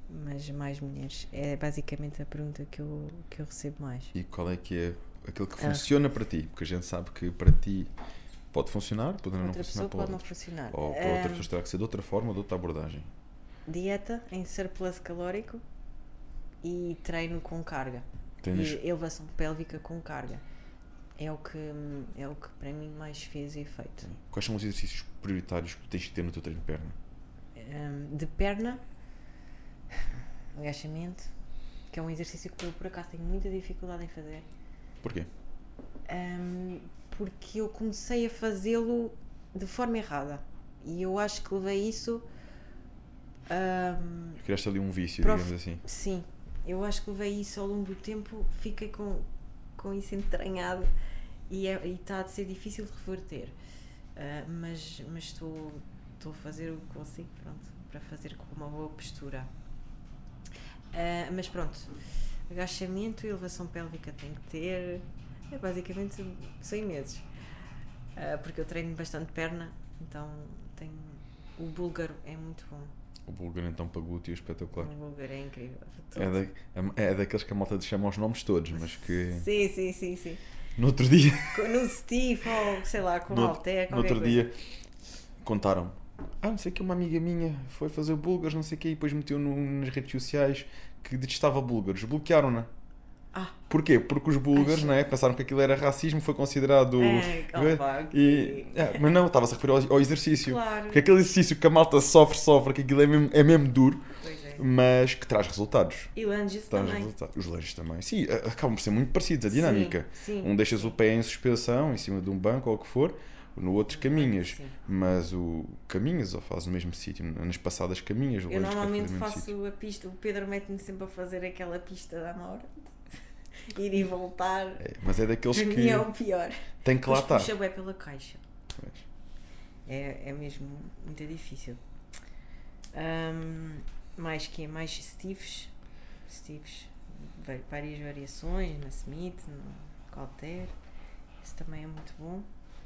mas mais mulheres. É basicamente a pergunta que eu, que eu recebo mais. E qual é que é aquilo que Ah. funciona para ti? Porque a gente sabe que para ti pode funcionar, pode não Outra funcionar pessoa para pode não outros. funcionar. Ou para outras Ah, pessoas terá que ser de outra forma, de outra abordagem. dieta em surplus calórico e treino com carga. Tens... E elevação pélvica com carga. É o que, é o que para mim mais fez efeito. Quais são os exercícios prioritários que tu tens que ter no teu treino de perna? Um, de perna, agachamento, que é um exercício que eu por acaso tenho muita dificuldade em fazer. Porquê? Um, porque eu comecei a fazê-lo de forma errada. E eu acho que levei isso. Um, Criaste ali um vício, prof... digamos assim. Sim, eu acho que levei isso ao longo do tempo, fiquei com, com isso entranhado e é, está a ser difícil de reverter. Uh, mas mas estou, estou a fazer o que consigo, pronto, para fazer com uma boa postura. Uh, mas pronto, agachamento e elevação pélvica tem que ter, é basicamente seis meses. Uh, porque eu treino bastante perna, então tenho, o búlgaro é muito bom. O búlgaro então para glúteo espetacular. O búlgaro é incrível. É, da, é daqueles que a malta chama os nomes todos, mas que... Sim, sim, sim, sim. No outro dia... No Steve ou sei lá, com no, halter, no outro coisa. dia contaram-me. Ah, não sei que uma amiga minha foi fazer búlgaros, não sei o quê, e depois meteu no, nas redes sociais que detestava búlgaros. Bloquearam-na. Ah. Porquê? Porque os búlgaros, não é? Pensaram que aquilo era racismo, foi considerado... É, opa, e, é, mas não, estava-se a referir ao, ao exercício. Claro. Porque aquele exercício que a malta sofre, sofre, que aquilo é mesmo, é mesmo duro, Pois é. mas que traz resultados. E lunges Traz também. resultados. Os lunges também. Sim, acabam por ser muito parecidos, a dinâmica. Sim, sim, um deixas sim. o pé em suspensão, em cima de um banco ou o que for, no outro caminhas. Sim. Mas o caminhas ou fazes no mesmo sítio, nas passadas caminhas. O Eu lunge quer normalmente fazer no mesmo faço sítio. a pista, o Pedro mete-me sempre a fazer aquela pista da Amora. Ir e voltar. É, mas é daqueles Para que mim é o pior. tem que lá Depois estar. puxa bem pela caixa. Pois. É, é mesmo muito difícil. Um, mais que é? Mais Steves. Steves. Va- Várias variações na Smith, no Calter. Esse também é muito bom.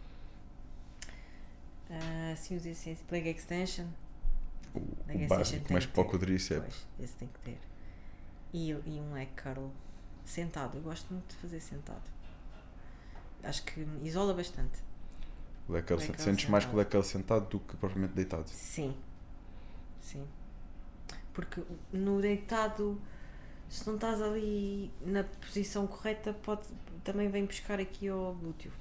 Uh, assim os exercícios. Leg extension. O, Leg o extension básico, tem mas que para o ter. quadríceps. Pois, esse tem que ter. E, e um leg curl sentado. Eu gosto muito de fazer sentado. Acho que isola bastante. O leg curl, Leg curl sentes mais sentado. com o leg curl sentado do que propriamente deitado. Sim. Sim. Porque no deitado, se não estás ali na posição correta, pode, também vem buscar aqui ao glúteo.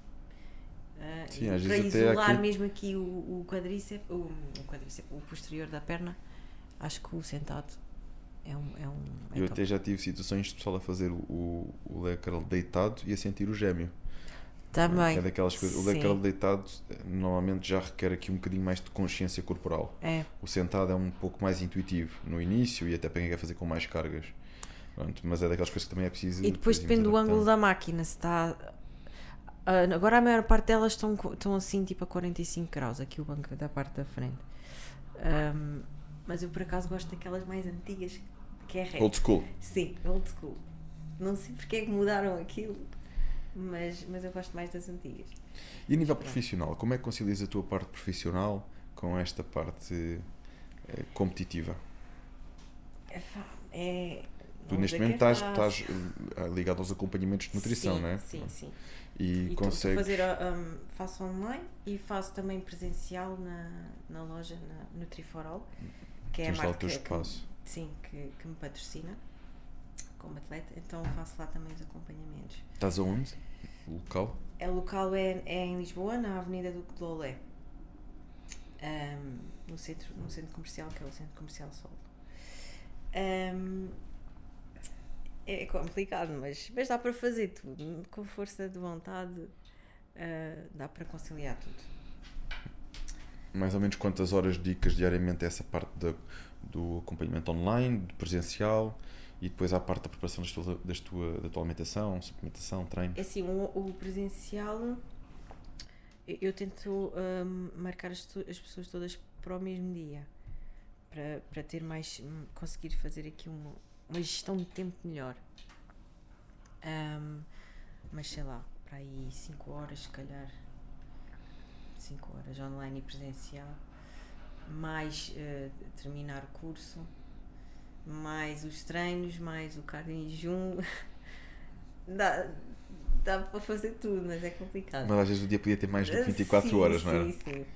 Uh, Sim, e às para vezes até isolar aqui- mesmo aqui o, o quadríceps, o, o quadríceps, o posterior da perna, acho que o sentado é um, é um é Eu top. até já tive situações de pessoal a fazer o, o, o leg curl deitado e a sentir o gêmeo. Também. É daquelas coisas. O leg Sim. curl deitado eh, normalmente já requer aqui um bocadinho mais de consciência corporal. É. O sentado é um pouco mais intuitivo no início e até para quem quer fazer com mais cargas. Pronto, mas é daquelas coisas que também é preciso. E depois depende do ângulo da máquina, se está. Ah, agora a maior parte delas estão, co- estão assim tipo a quarenta e cinco graus, aqui o banco da parte da frente. Ahm, mas eu por acaso gosto daquelas mais antigas, que é reto. Old school. Sim, old school. Não sei porque é que mudaram aquilo, mas, mas eu gosto mais das antigas. E a nível profissional, como é que concilias a tua parte profissional com esta parte eh, competitiva? É, pá, é Tu não neste dizer momento que é estás, fácil. estás eh, ligado aos acompanhamentos de nutrição, sim, não é? Sim, sim. E, E estou a consegues. fazer, um, faço online e faço também presencial na, na loja, na Nutriforal, que é a Tens lá o marca teu que, espaço. sim, que, que me patrocina como atleta, então faço lá também os acompanhamentos. Estás aonde? O local? O local é, é em Lisboa, na Avenida Duque de Lolé, um, no, centro, no centro comercial, que é o Centro Comercial Sol. Um, é complicado, mas, mas dá para fazer tudo, com força de vontade, uh, dá para conciliar tudo. Mais ou menos quantas horas dedicas diariamente a essa parte da, do acompanhamento online, do presencial e depois à parte da preparação das tua, das tua, da tua alimentação, suplementação, treino? É assim, o, o presencial, eu, eu tento um, marcar as, as pessoas todas para o mesmo dia, para, para ter mais, conseguir fazer aqui uma, uma gestão de tempo melhor. Um, mas sei lá, para aí cinco horas se calhar, cinco horas online e presencial, mais uh, terminar o curso, mais os treinos, mais o cardio em jejum, dá, dá para fazer tudo, mas é complicado. Mas às vezes o dia podia ter mais do que vinte e quatro sim, horas, não é? Sim, sim.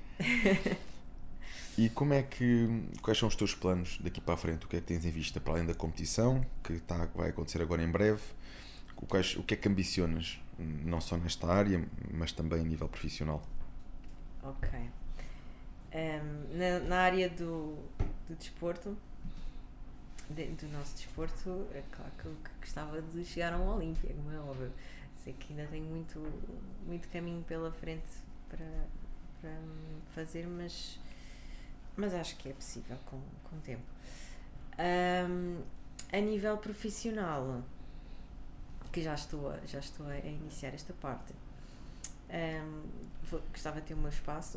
E como é que, quais são os teus planos daqui para a frente? O que é que tens em vista para além da competição, que tá, vai acontecer agora em breve? O, quais, o que é que ambicionas, não só nesta área, mas também a nível profissional? Ok. Um, na, na área do, do desporto, de, do nosso desporto, é claro que eu gostava de chegar a um Olímpia, como é óbvio. Sei que ainda tenho muito, muito caminho pela frente para, para fazer, mas, mas acho que é possível com, com o tempo. Um, a nível profissional, que já estou a, já estou a iniciar esta parte, um, vou, gostava de ter o meu espaço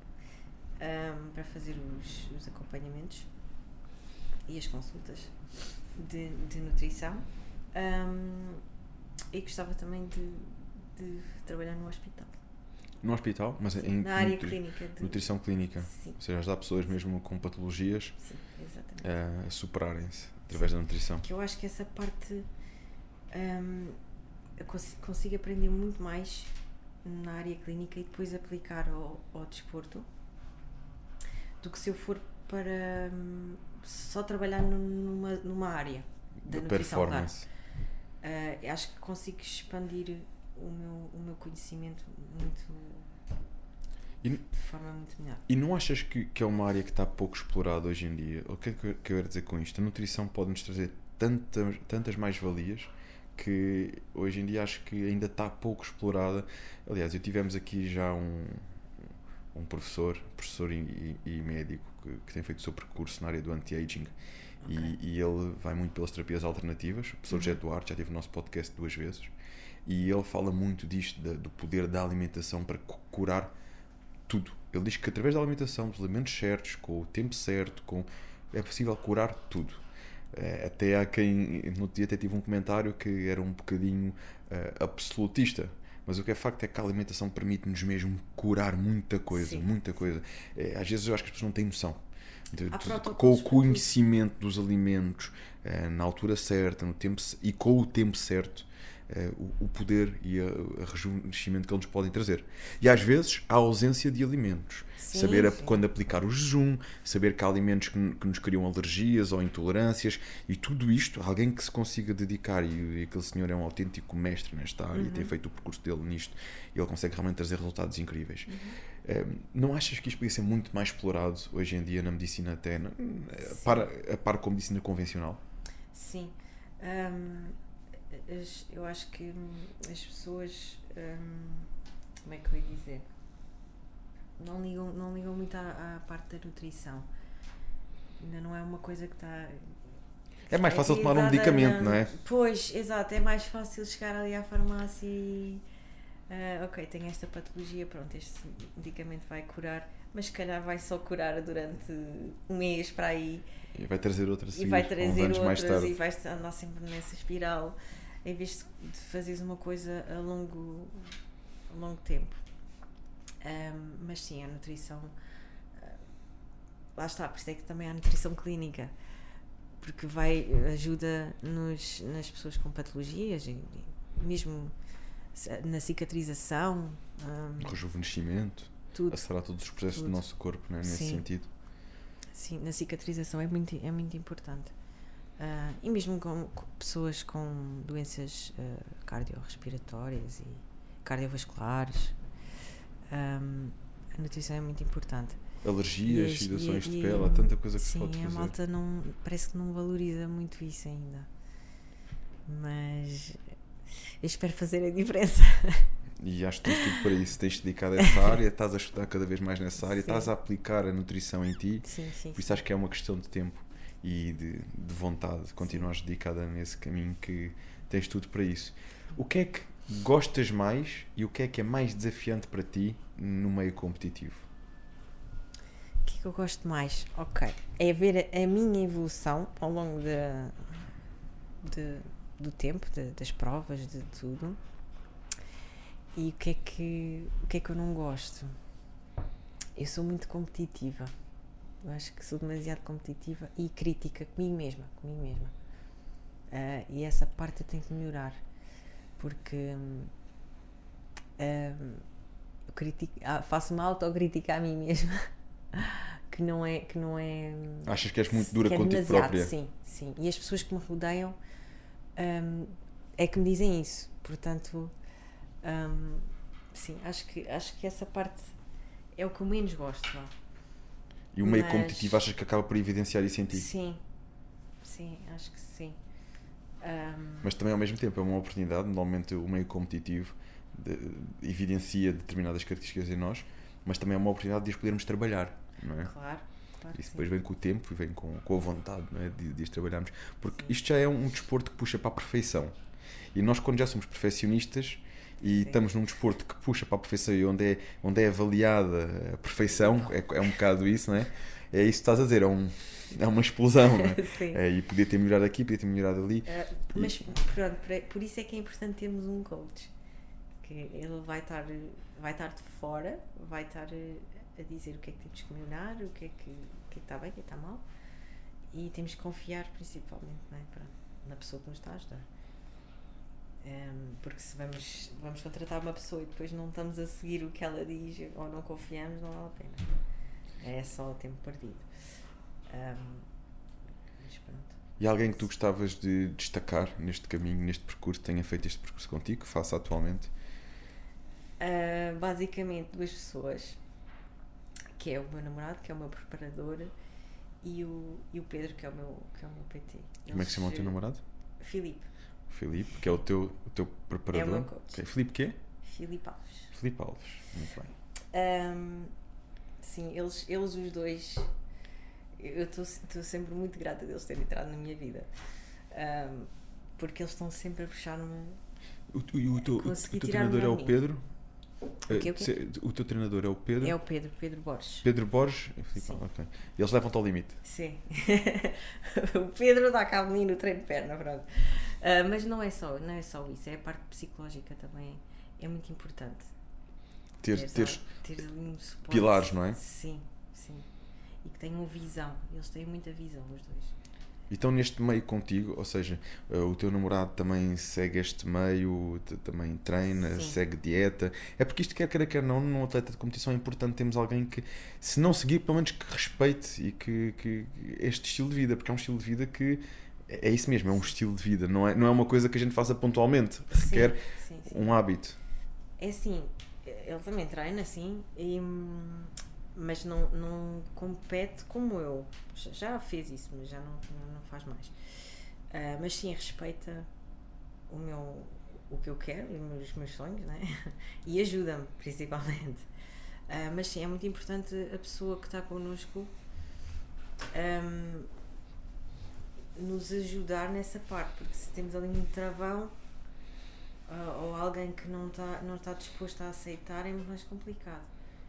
um, para fazer os, os acompanhamentos e as consultas de, de nutrição, um, e gostava também de, de trabalhar no hospital. No hospital? Mas sim, em na área nutri- clínica. De... Nutrição clínica? Sim. Ou seja, ajudar pessoas mesmo com patologias sim, exatamente. a superarem-se através sim. da nutrição. Que eu acho que essa parte um, eu cons- consigo aprender muito mais na área clínica e depois aplicar ao, ao desporto do que se eu for para um, só trabalhar numa, numa área da, da nutrição. Performance. Uh, acho que consigo expandir o meu, o meu conhecimento muito, e, de forma muito melhor. E não achas que, que é uma área que está pouco explorada hoje em dia? O que é que eu quero dizer com isto? A nutrição pode-nos trazer tantas, tantas mais-valias que hoje em dia acho que ainda está pouco explorada. Aliás, eu tivemos aqui já um, um professor, professor e, e médico que, que tem feito o seu percurso na área do anti-aging. Okay. E, e ele vai muito pelas terapias alternativas. O professor uhum. José Duarte já teve o nosso podcast duas vezes e ele fala muito disto, da, do poder da alimentação para curar tudo. Ele diz que através da alimentação, dos alimentos certos, com o tempo certo, com, é possível curar tudo. É, até há quem, no dia até tive um comentário que era um bocadinho uh, absolutista, mas o que é facto é que a alimentação permite-nos mesmo curar muita coisa, sim. muita coisa. É, às vezes eu acho que as pessoas não têm noção. De, de, com o conhecimento dos alimentos uh, na altura certa, no tempo, e com o tempo certo, uh, o, o poder e o rejuvenescimento que eles nos podem trazer. E às vezes a ausência de alimentos, sim, saber sim. A, quando aplicar o jejum, saber que há alimentos que, que nos criam alergias ou intolerâncias, e tudo isto, alguém que se consiga dedicar, e, e aquele senhor é um autêntico mestre nesta área, uhum. e tem feito o percurso dele nisto, e ele consegue realmente trazer resultados incríveis. Uhum. Um, não achas que isto podia ser muito mais explorado hoje em dia na medicina até, na, a, par, a par com a medicina convencional? Sim. Um, as, eu acho que as pessoas, um, como é que eu ia dizer, não ligam, não ligam muito à, à parte da nutrição. Ainda não é uma coisa que está... É mais fácil é tomar um medicamento, na, não é? Pois, exato, é mais fácil chegar ali à farmácia e... Uh, ok, tenho esta patologia, pronto, este medicamento vai curar, mas se calhar vai só curar durante um mês para aí. E vai trazer outras e vai trazer outras mais tarde. E vai andar sempre nessa espiral, em vez de fazeres uma coisa a longo, a longo tempo. Um, mas sim, a nutrição, uh, lá está, por isso é que também há nutrição clínica, porque vai, ajuda nos, nas pessoas com patologias, e, e mesmo na cicatrização, um, rejuvenescimento, tudo, acelerar todos os processos tudo. Do nosso corpo, não é? Nesse sim. sentido. Sim, na cicatrização é muito, é muito importante. Uh, e mesmo com, com pessoas com doenças uh, cardiorrespiratórias e cardiovasculares, um, a nutrição é muito importante. Alergias, situações de pele, há tanta coisa que sim, se pode fazer. Sim, a malta não, parece que não valoriza muito isso ainda. Mas... eu espero fazer a diferença. E acho que tens tudo para isso. Tens-te dedicado a essa área, estás a estudar cada vez mais nessa área, sim. estás a aplicar a nutrição em ti. Sim, sim, por isso acho que é uma questão de tempo e de, de vontade de continuares dedicada nesse caminho, que tens tudo para isso. O que é que gostas mais e o que é que é mais desafiante para ti no meio competitivo? O que é que eu gosto mais? Ok. É ver a minha evolução ao longo de... de do tempo, de, das provas, de tudo. E o que é que o que é que eu não gosto? Eu sou muito competitiva. Eu acho que sou demasiado competitiva e crítica comigo mesma, comigo mesma. Uh, e essa parte eu tenho que melhorar, porque um, um, eu critico, faço uma autocrítica a mim mesma que não é, que não é. Achas que és muito dura que é contigo própria? Sim, sim. E as pessoas que me rodeiam um, é que me dizem isso. Portanto, um, sim, acho que, acho que essa parte é o que eu menos gosto. Lá. E o meio Mas, competitivo achas que acaba por evidenciar isso em ti? Sim, sim, acho que sim. Um... Mas também ao mesmo tempo é uma oportunidade. Normalmente o meio competitivo de, evidencia determinadas características em nós, mas também é uma oportunidade de as podermos trabalhar, não é? Claro, claro. Isso depois sim. vem com o tempo e vem com, com a vontade, não é? de, de as trabalharmos. Porque sim. Isto já é um desporto que puxa para a perfeição. E nós, quando já somos perfeccionistas e sim. estamos num desporto que puxa para a perfeição e onde é, onde é avaliada a perfeição, é, é um bocado isso, não é? É isso que estás a dizer, é, um, é uma explosão, não é? É, e podia ter melhorado aqui, podia ter melhorado ali. Uh, mas e... pronto, por isso é que é importante termos um coach, que ele vai estar, vai estar de fora, vai estar a dizer o que é que temos que melhorar, o que é que, o que, é que está bem, o que é que está mal, e temos que confiar principalmente, não é? Pronto, na pessoa que nos está a ajudar. Um, porque se vamos, vamos contratar uma pessoa e depois não estamos a seguir o que ela diz ou não confiamos, não vale a pena. É só o tempo perdido. Um, mas pronto. E alguém que tu gostavas de destacar neste caminho, neste percurso, tenha feito este percurso contigo, que faça atualmente? Uh, basicamente duas pessoas, que é o meu namorado, que é o meu preparador, e o, e o Pedro, que é o meu, que é o meu P T. Eles, como é que se chama o teu namorado? Filipe. Filipe, que é o teu, o teu preparador. É o meu coach. Okay. Filipe quê? Filipe Alves. Filipe Alves, muito bem. Um, sim, eles, eles os dois, eu estou sempre muito grata deles terem entrado na minha vida, um, porque eles estão sempre a puxar-me. O, o, o, teu, o teu treinador é o Pedro? O, quê, o, quê? O teu treinador é o Pedro? É o Pedro, Pedro Borges. Pedro Borges? Sim. Okay. E eles levam-te ao limite? Sim. O Pedro dá cá a mim no treino de perna, pronto. Uh, mas não é, só, não é só isso, é a parte psicológica também, é muito importante. Ter, teres, teres, teres ali um suporte. Pilares, não é? Sim, sim. E que tenham visão, eles têm muita visão, os dois. E estão neste meio contigo, ou seja, uh, o teu namorado também segue este meio, t- também treina, sim. segue dieta. É porque isto, quer queira, quer não, num atleta de competição é importante termos alguém que, se não seguir, pelo menos que respeite e que, que este estilo de vida, porque é um estilo de vida que é isso mesmo, é um estilo de vida, não é, não é uma coisa que a gente faça pontualmente, requer sim, sim, sim. um hábito. É assim, ele também treina, sim, e, mas não, não compete como eu. Já fez isso, mas já não, não, não faz mais. Uh, mas sim, respeita o, meu, o que eu quero e os meus sonhos, né? E ajuda-me, principalmente. Uh, mas sim, é muito importante a pessoa que está connosco um, nos ajudar nessa parte, porque se temos ali um travão uh, ou alguém que não está não está disposto a aceitar, é muito mais complicado.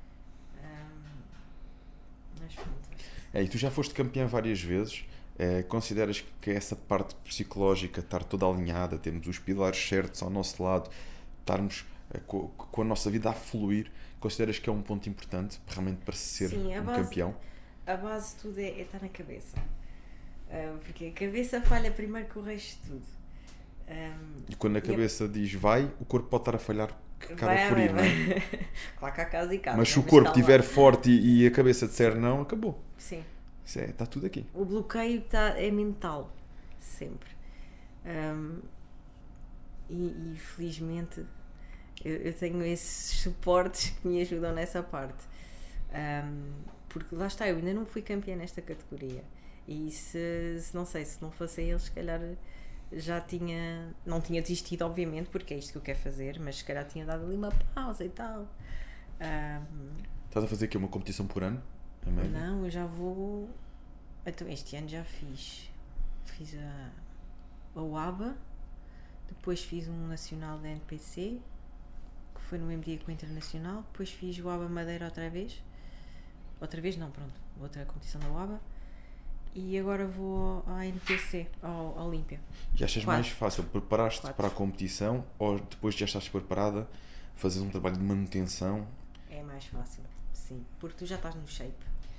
Um, mas pronto. É, e tu já foste campeã várias vezes, é, consideras que essa parte psicológica, estar toda alinhada, termos os pilares certos ao nosso lado, estarmos é, com, com a nossa vida a fluir, consideras que é um ponto importante realmente para ser Sim, um base, campeão? A base de tudo é, é estar na cabeça, uh, porque a cabeça falha primeiro que o resto de tudo. Um, e quando a cabeça a... diz vai, o corpo pode estar a falhar, que acaba vai, por ir, vai, não é? Claro que há casa e casa. Mas se né? o corpo Mas estiver forte e, e a cabeça disser não, acabou. Sim. Isso é, está tudo aqui. O bloqueio tá, é mental, sempre. Um, e, e felizmente eu, eu tenho esses suportes que me ajudam nessa parte. Um, porque lá está, eu ainda não fui campeã nesta categoria. E se, se não sei, se não fossem eles, se calhar já tinha, não tinha desistido, obviamente, porque é isto que eu quero fazer, mas se calhar tinha dado ali uma pausa e tal. Um, Estás a fazer aqui uma competição por ano? Não, eu já vou. Então, este ano já fiz. Fiz a, a U A B A, depois fiz um nacional da N P C, que foi no mesmo dia que o internacional, depois fiz o U A B A Madeira outra vez. Outra vez, não, pronto, outra competição da U A B A. E agora vou à N P C, ao, ao Olímpia. E achas Quatro. mais fácil preparaste Quatro. para a competição ou depois de já estás preparada, fazes um trabalho de manutenção? É mais fácil, sim, porque tu já estás no shape.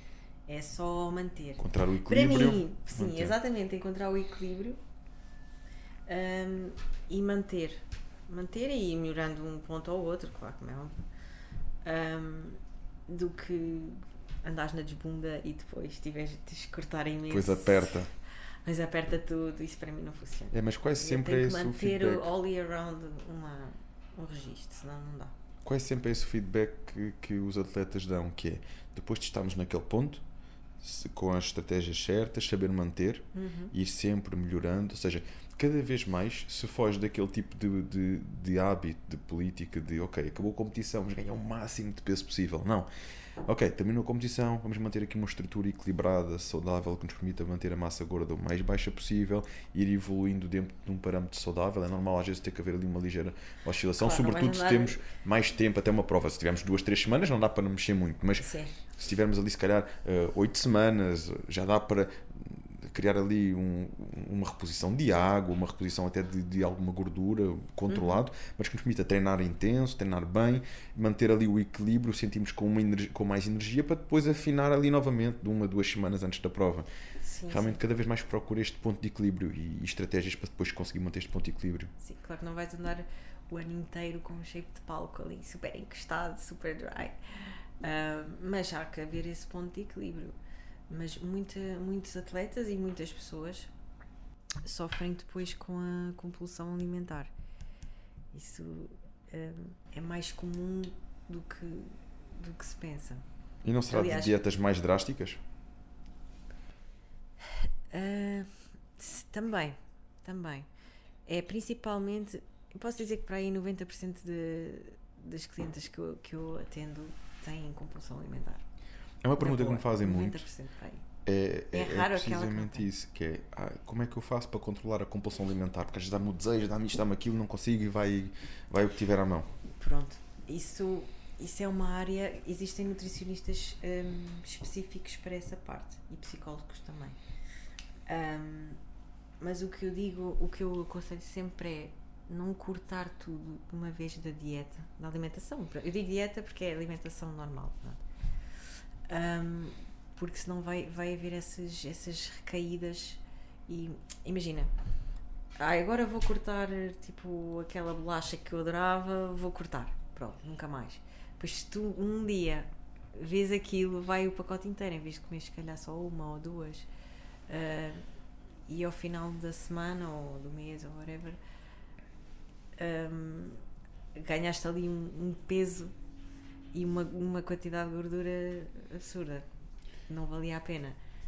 É só manter. Encontrar o equilíbrio. Para mim, sim, manter. exatamente, encontrar o equilíbrio um, e manter. Manter e ir melhorando um ponto ao outro, claro que não é óbvio. Um, do que andares na desbunda e depois tiveres de cortar imenso. Depois aperta. Mas aperta tudo, isso para mim não funciona. É, mas quase sempre é esse o feedback. Tenho que manter all year round uma, um registro, senão não dá. Quase sempre é esse o feedback que, que os atletas dão, que é, depois de estarmos naquele ponto, se, com as estratégias certas, saber manter, uhum. e ir sempre melhorando, ou seja, cada vez mais se foge daquele tipo de, de, de hábito, de política, de ok, acabou a competição, vamos ganhar o máximo de peso possível. Não. Ok, terminou a competição, vamos manter aqui uma estrutura equilibrada, saudável, que nos permita manter a massa gorda o mais baixa possível, ir evoluindo dentro de um parâmetro saudável. É normal às vezes ter que haver ali uma ligeira oscilação, claro, sobretudo se temos mais tempo até uma prova. Se tivermos duas, três semanas não dá para não mexer muito, mas sim. Se tivermos ali se calhar oito semanas, já dá para criar ali um, uma reposição de água, uma reposição até de, de alguma gordura controlado, uhum. mas que nos permita treinar intenso, treinar bem, manter ali o equilíbrio, sentimos com, uma energia, com mais energia para depois afinar ali novamente de uma, duas semanas antes da prova. Sim, Realmente sim. cada vez mais procuro este ponto de equilíbrio e, e estratégias para depois conseguir manter este ponto de equilíbrio. Sim, claro que não vais andar o ano inteiro com um shape de palco ali super encostado, super dry, uh, mas há que haver esse ponto de equilíbrio. Mas muita, muitos atletas e muitas pessoas sofrem depois com a compulsão alimentar. Isso um, é mais comum do que, do que se pensa. E não será Aliás, de dietas mais drásticas? Uh, também, também. É principalmente, eu posso dizer que para aí noventa por cento de, das clientes que eu, que eu atendo têm compulsão alimentar. É uma pergunta que me fazem muito. É, é, é, é raro é precisamente que isso, que é ah, como é que eu faço para controlar a compulsão alimentar? Porque às vezes dá-me o desejo, dá-me isto, dá-me aquilo, não consigo e vai, vai o que tiver à mão. Pronto, isso, isso é uma área, existem nutricionistas um, específicos para essa parte e psicólogos também. Um, mas o que eu digo, o que eu aconselho sempre é não cortar tudo de uma vez da dieta, da alimentação. Eu digo dieta porque é alimentação normal, pronto. Um, porque senão vai, vai haver essas, essas recaídas e imagina, ah, agora vou cortar tipo aquela bolacha que eu adorava, vou cortar, pronto, nunca mais. Pois se tu um dia vês aquilo, vai o pacote inteiro em vez de comer se calhar só uma ou duas, uh, e ao final da semana ou do mês ou whatever, um, ganhaste ali um, um peso e uma, uma quantidade de gordura absurda. Não valia a pena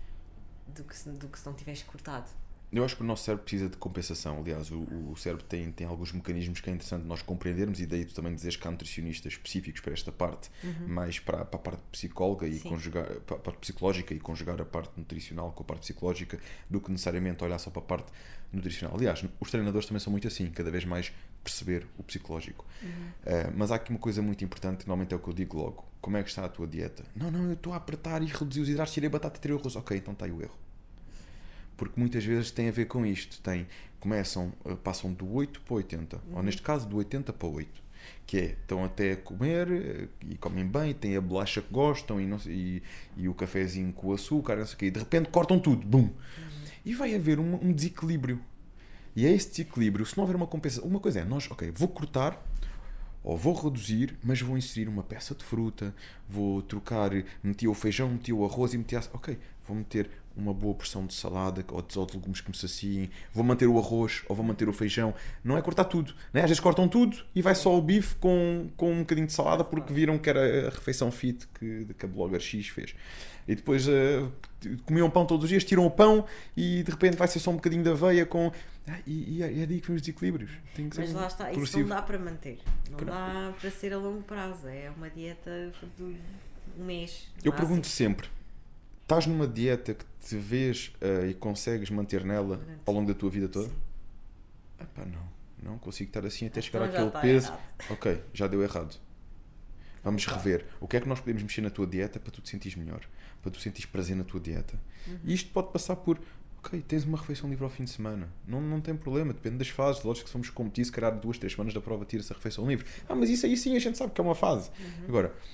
do que se, do que se não tivesse cortado. Eu acho que o nosso cérebro precisa de compensação. Aliás, o, o cérebro tem, tem alguns mecanismos que é interessante nós compreendermos, e daí tu também dizes que há nutricionistas específicos para esta parte, uhum. mais para, para a parte psicóloga e conjugar, para a parte psicológica e conjugar a parte nutricional com a parte psicológica, do que necessariamente olhar só para a parte nutricional. Aliás, os treinadores também são muito assim, cada vez mais perceber o psicológico. Uhum. Uh, mas há aqui uma coisa muito importante, que normalmente é o que eu digo logo: como é que está a tua dieta? Não, não, eu estou a apertar e reduzir os hidratos, tirei batata e tirei o arroz. Ok, então está aí o erro. Porque muitas vezes tem a ver com isto. Tem, começam, passam do oito para oitenta, uhum. ou neste caso do oitenta para oito, que é, estão até a comer e comem bem, têm a bolacha que gostam e, não, e, e o cafezinho com o açúcar, não sei o quê, e de repente cortam tudo, bum! Uhum. E vai haver um, um desequilíbrio. E é esse desequilíbrio, se não houver uma compensação, uma coisa é, nós, ok, vou cortar, ou vou reduzir, mas vou inserir uma peça de fruta, vou trocar, meti o feijão, meti o arroz e meti a... Ok, vou meter uma boa porção de salada ou de, ou de legumes que me saciem, vou manter o arroz ou vou manter o feijão. Não é cortar tudo, né? Às vezes cortam tudo e vai só o bife com, com um bocadinho de salada porque viram que era a refeição fit que, que a blogger X fez. E depois uh, comiam pão todos os dias, tiram o pão e de repente vai ser só um bocadinho de aveia com... Ah, e, e é, é daí que vem os desequilíbrios. Tem que ser. Mas lá está, progressivo. Isso não dá para manter. Não Pronto. Dá para ser a longo prazo. É uma dieta de um mês. Eu máximo. Pergunto sempre, estás numa dieta que te vês uh, e consegues manter nela Durante. Ao longo da tua vida toda? Epá, não. Não consigo estar assim até chegar então àquele peso. Errado. Ok, já deu errado. Vamos então. Rever. O que é que nós podemos mexer na tua dieta para tu te sentires melhor? Para tu sentires prazer na tua dieta? Uhum. E isto pode passar por... Ok, tens uma refeição livre ao fim de semana. Não, não tem problema, depende das fases. Lógico que se formos competir, se calhar duas, três semanas da prova tira-se a refeição livre. Ah, mas isso aí sim a gente sabe que é uma fase. Uhum. Agora,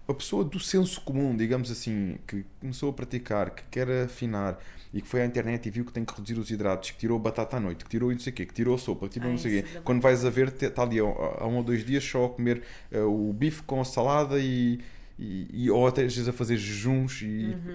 a pessoa do senso comum, digamos assim, que começou a praticar, que quer afinar e que foi à internet e viu que tem que reduzir os hidratos, que tirou batata à noite, que tirou não sei o quê, que tirou a sopa, que tirou Ah, não sei o isso quê. dá Quando vais a ver, está ali há há um ou dois dias só a comer uh, o bife com a salada e, e, e ou até às vezes a fazer jejuns e, Uhum.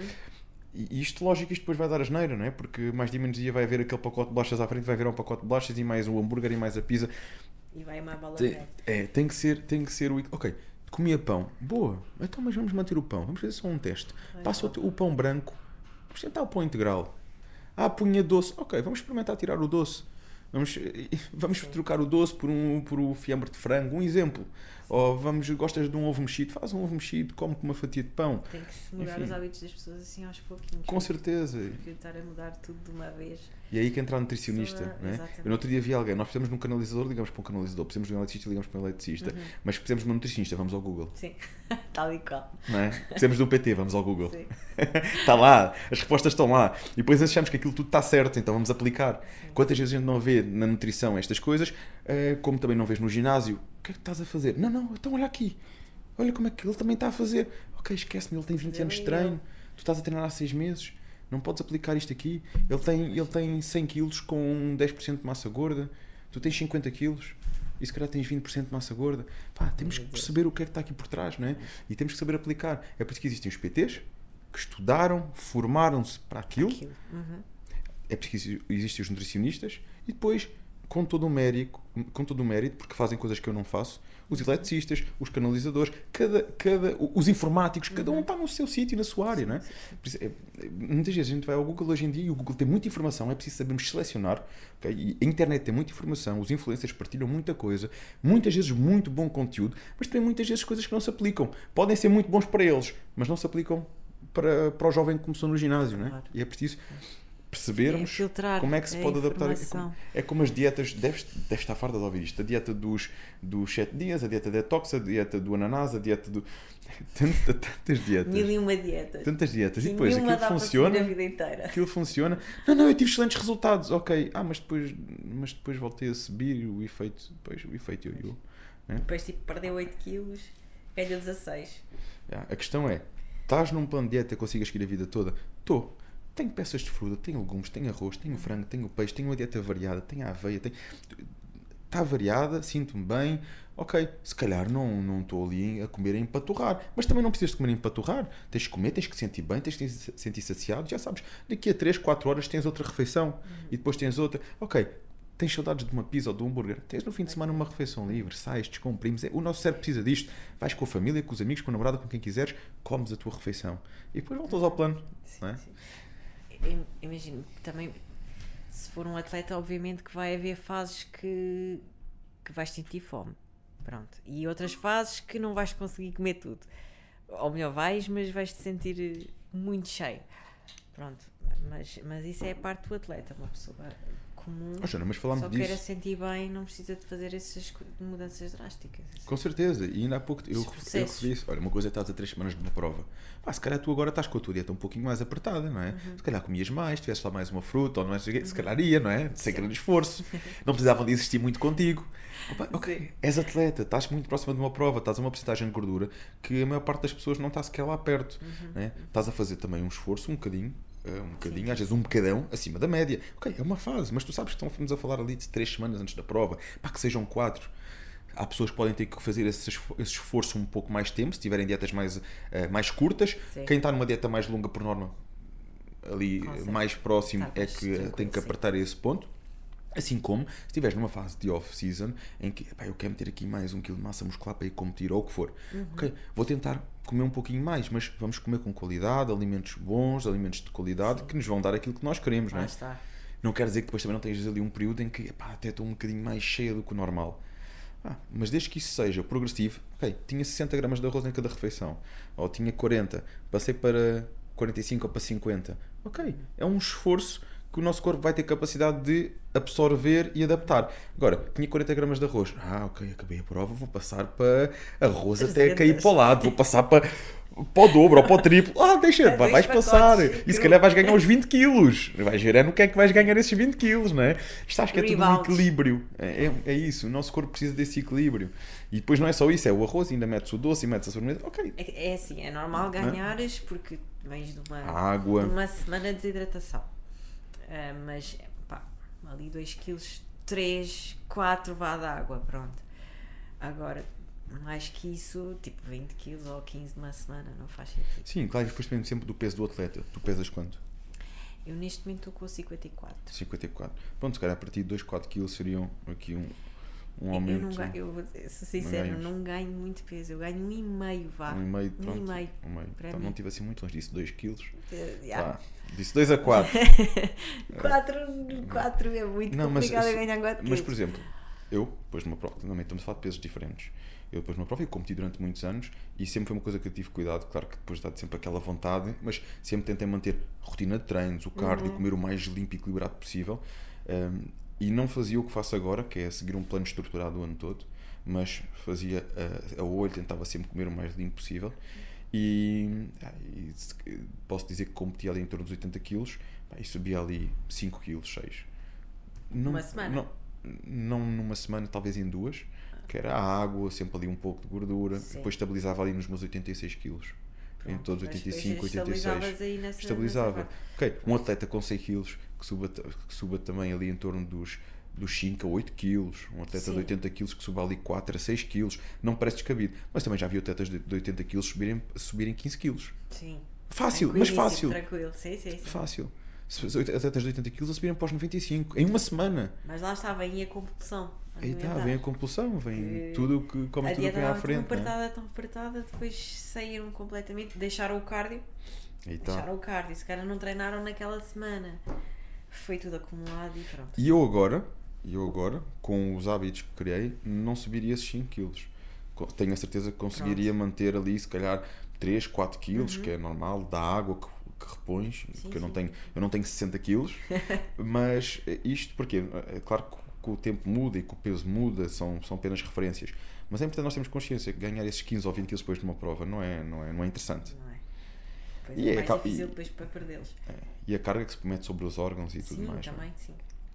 e isto, lógico, isto depois vai dar asneira, não é? Porque mais dia menos dia vai haver aquele pacote de bolachas à frente, vai haver um pacote de bolachas e mais o hambúrguer e mais a pizza. E vai uma bola Tem, de neve. é, tem que ser, tem que ser o... Ok, comia pão. Boa. Então, mas vamos manter o pão. Vamos fazer só um teste. Vai, Passa o, pá. o pão branco. Vamos tentar o pão integral. Ah, punha doce. Ok, vamos experimentar tirar o doce. Vamos, vamos trocar o doce por um, por um fiambre de frango. Um exemplo. Ou vamos, gostas de um ovo mexido? Faz um ovo mexido, come com uma fatia de pão. Tem que se mudar Enfim. os hábitos das pessoas assim aos pouquinhos. Com certeza. Porque estar a mudar tudo de uma vez. E é aí que entra a nutricionista, Pessoa- não é? exatamente. Eu no outro dia vi alguém, nós precisamos de um canalizador, ligamos para um canalizador, precisamos de um eletricista, ligamos para um eletricista, Uhum. mas precisamos de um nutricionista, vamos ao Google, Sim, tal e qual. não é? Precisamos de um P T, vamos ao Google. Sim. Está lá, as respostas estão lá. E depois achamos que aquilo tudo está certo, então vamos aplicar. Sim. Quantas vezes a gente não vê na nutrição estas coisas, eh, como também não vês no ginásio, o que é que estás a fazer? Não, não, então olha aqui, olha como é que ele também está a fazer. Ok, esquece-me, ele tem vinte Ele anos de e treino, eu. tu estás a treinar há seis meses. Não podes aplicar isto aqui. Ele tem, ele tem cem quilos com dez por cento de massa gorda. Tu tens cinquenta quilos e se calhar tens vinte por cento de massa gorda. Pá, temos que perceber o que é que está aqui por trás, não é? E temos que saber aplicar. É por isso que existem os P Ts que estudaram, formaram-se para aquilo. Aquilo. Uhum. É por isso que existem os nutricionistas e depois, com todo o mérito, com todo o mérito, porque fazem coisas que eu não faço, os eletricistas, os canalizadores, cada, cada, os informáticos, cada um está no seu sítio, na sua área, não é? Por isso, é, muitas vezes a gente vai ao Google hoje em dia e o Google tem muita informação, é preciso sabermos selecionar, okay? E a internet tem muita informação, os influencers partilham muita coisa, muitas vezes muito bom conteúdo, mas também muitas vezes coisas que não se aplicam. Podem ser muito bons para eles, mas não se aplicam para, para o jovem que começou no ginásio, não é? Claro. E é preciso percebermos É filtrar como é que se a pode adaptar. É informação. como, é como as dietas, deves, deves estar farda de ouvir isto, a dieta dos, dos sete dias, a dieta detox, a dieta do ananás, a dieta do... Tanta, tantas dietas. Mil e uma dietas. Tantas dietas. E E depois nenhuma aquilo dá funciona, para seguir a vida inteira. aquilo funciona. Não, não, eu tive excelentes resultados. Ok. Ah, mas depois, mas depois voltei a subir o efeito, depois o efeito ioiô. Depois tipo perdeu oito quilos, ganhou dezasseis. Yeah, a questão é, estás num plano de dieta e consigas seguir a vida toda? Estou. Tenho peças de fruta, tenho legumes, tenho arroz, tenho frango, tenho peixe, tenho uma dieta variada, tenho a aveia, tenho... está variada, sinto-me bem. Ok, se calhar não não estou ali a comer a empaturrar, mas também não precisas de comer a empaturrar. Tens que comer, tens que sentir bem, tens que te sentir saciado. Já sabes, daqui a três, quatro horas tens outra refeição uhum. e depois tens outra. Ok, tens saudades de uma pizza ou de um hambúrguer, tens no fim de semana uma refeição livre, sais, descomprimes. O nosso cérebro precisa disto. Vais com a família, com os amigos, com a namorada, com quem quiseres, comes a tua refeição e depois voltas ao plano. Sim, não é? sim. Imagino que também, se for um atleta, obviamente que vai haver fases que, que vais sentir fome. Pronto. E outras fases que não vais conseguir comer tudo. Ou melhor, vais, mas vais te sentir muito cheio. Pronto. Mas, mas isso é a parte do atleta. Uma pessoa comum Oh, Joana, mas falámos só disso. queira sentir bem, não precisa de fazer essas mudanças drásticas. Com certeza, e ainda há pouco eu, eu recebi isso. Olha, uma coisa é estás a três semanas de uma prova. Pá, se calhar tu agora estás com a tua dieta um pouquinho mais apertada, não é? Uhum. Se calhar comias mais, tivesse lá mais uma fruta ou não é, uhum. se calhar ia, não é? Sem grande esforço. Não precisavam de insistir muito contigo. Opa, ok, és atleta, estás muito próxima de uma prova, estás a uma porcentagem de gordura que a maior parte das pessoas não está sequer lá perto. Uhum. Não é? Estás a fazer também um esforço, um bocadinho. Um bocadinho, Sim. às vezes um bocadão acima da média. Ok, é uma fase, mas tu sabes que estamos a falar ali de três semanas antes da prova, para que sejam quatro. Há pessoas que podem ter que fazer esse, esse esforço um pouco mais tempo, se tiverem dietas mais, uh, mais curtas. Sim. Quem está numa dieta mais longa, por norma, ali mais próximo, tá, é que uh, tem que apertar a esse ponto. Assim como se estiveres numa fase de off-season em que epá, eu quero meter aqui mais um quilo de massa muscular para ir competir ou o que for. Uhum. Ok, vou tentar comer um pouquinho mais, mas vamos comer com qualidade, alimentos bons, alimentos de qualidade, Sim. que nos vão dar aquilo que nós queremos, não é? Está. Não quer dizer que depois também não tenhas ali um período em que epá, até estou um bocadinho mais cheio do que o normal. Ah, mas desde que isso seja progressivo, ok, tinha sessenta gramas de arroz em cada refeição, ou tinha quarenta, passei para quarenta e cinco ou para cinquenta. Ok, é um esforço que o nosso corpo vai ter capacidade de absorver e adaptar. Agora, tinha quarenta gramas de arroz. Ah, ok, acabei a prova, vou passar para arroz trezentos até cair para o lado. Vou passar para, para o dobro ou para o triplo, ah, deixa, É vai, dois vais passar. pacotes. E se calhar vais ganhar os vinte quilos. Vais ver é no que é que vais ganhar esses vinte quilos, não é? Isto acho que é tudo um Rebounds. equilíbrio. É, é, é isso, o nosso corpo precisa desse equilíbrio. E depois não é só isso, é o arroz, ainda metes o doce e metes a sobremesa. Ok. É, é assim, é normal ganhares porque vens de uma, A água. de uma semana de desidratação. Ah, mas, pá, ali dois quilos, três, quatro vá de água, pronto. Agora, mais que isso, tipo vinte quilos ou quinze numa semana, não faz sentido. Sim, claro, depois depende sempre do peso do atleta. Tu pesas quanto? Eu neste momento estou com cinquenta e quatro. cinquenta e quatro. Pronto, se calhar a partir de dois, quatro quilos seriam aqui um, um Eu aumento. não ganho, eu vou ser sincero, ganhas. não ganho muito peso. Eu ganho um e meio, vá. Um e meio, Um pronto. e meio. Um meio. Para Então mim. não estive assim muito longe, disse dois quilos. Eh, yeah. Vá, disse dois a quatro. quatro, quatro é muito Não, mas, complicado a ganhar quatro mas quilos. por exemplo, eu, depois de uma prova, também estamos a falar de pesos diferentes. Eu depois de uma prova, eu competi durante muitos anos e sempre foi uma coisa que eu tive cuidado, claro que depois dá sempre aquela vontade, mas sempre tentei manter a rotina de treinos, o cardio, Uhum. comer o mais limpo e equilibrado possível. Um, e não fazia o que faço agora, que é seguir um plano estruturado o ano todo, mas fazia a, a olho, tentava sempre comer o mais limpo possível. E, ah, e se- posso dizer que competi ali em torno dos oitenta quilos pá, e subia ali cinco quilos, seis. Não, Numa semana? Não, não numa semana, talvez em duas, que era a água, sempre ali um pouco de gordura, Sim. depois estabilizava ali nos meus oitenta e seis quilos. Em Pronto, todos mas oitenta e depois cinco, oitenta e estabilizavas seis. aí nessa- Estabilizava. nessa Ok, um atleta com cem quilos que suba, que suba também ali em torno dos, dos cinco a oito quilos. Um atleta Sim. de oitenta quilos que suba ali quatro a seis quilos. Não parece descabido. Mas também já vi atletas de, de oitenta quilos subirem, subirem quinze quilos. Sim. Fácil, mas Tranquilíssimo, fácil. Tranquilo, sim, sim, sim. Fácil. Se os atletas de oitenta quilos a subirem para os noventa e cinco. Em uma semana. Mas lá está, vem a compulsão. Aí está, alimentar. vem a compulsão, vem Que tudo o que come A tudo o que dieta vem à estava tão frente. Não é? apertada, tão apertada, depois saíram completamente, deixaram o cardio, Aí está. deixaram o cardio, se calhar não treinaram naquela semana. Foi tudo acumulado e pronto. E eu agora, e eu agora, com os hábitos que criei, não subiria esses cinco quilos. Co- Tenho a certeza que conseguiria manter ali, se calhar, três, quatro quilos, que é normal, da água que, que repões, Sim, porque eu não, sim. tenho, eu não tenho sessenta quilos, mas isto porque, é claro que que o tempo muda e que o peso muda, são, são apenas referências, mas é importante nós termos consciência que ganhar esses quinze ou vinte quilos depois de uma prova não é, não é, não é interessante. Não é? Depois E é é mais cal- difícil e- depois para perdê-los. É. E a carga que se mete sobre os órgãos e tudo Sim, mais. não é? também, sim.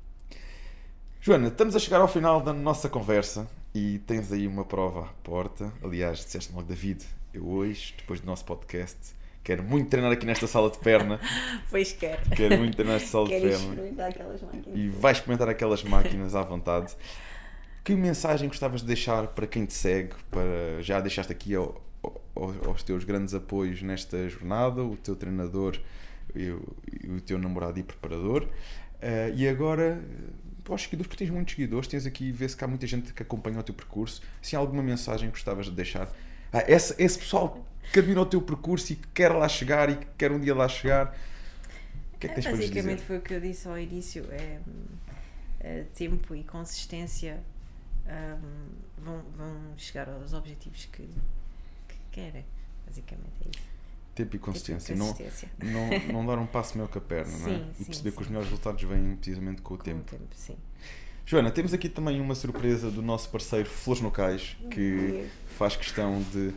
Joana, estamos a chegar ao final da nossa conversa e tens aí uma prova à porta. Aliás, disseste logo, David, eu hoje, depois do nosso podcast, quero muito treinar aqui nesta sala de perna. Pois quer. Quero muito treinar nesta sala de Quero perna. experimentar aquelas máquinas. E vais experimentar aquelas máquinas à vontade. Que mensagem gostavas de deixar para quem te segue? Para, já deixaste aqui ao, ao, aos teus grandes apoios nesta jornada, o teu treinador e o, e o teu namorado e preparador. Uh, e agora, para os seguidores, porque tens muitos seguidores, tens aqui, vê-se que há muita gente que acompanha o teu percurso. Se há alguma mensagem que gostavas de deixar? Ah, esse, esse pessoal que admira o teu percurso e que quer lá chegar e que quer um dia lá chegar, o que é que tens para lhes Basicamente dizer? foi o que eu disse ao início, é, é tempo e consistência hum, vão, vão chegar aos objetivos que, que querem, basicamente é isso. Tempo e consistência. Tempo e Não, consistência. não, não dar um passo maior que a perna, não é? Sim, E sim, perceber que os sim. melhores resultados vêm precisamente com o Com tempo. o tempo, sim. Joana, temos aqui também uma surpresa do nosso parceiro Flores no Cais, que faz questão de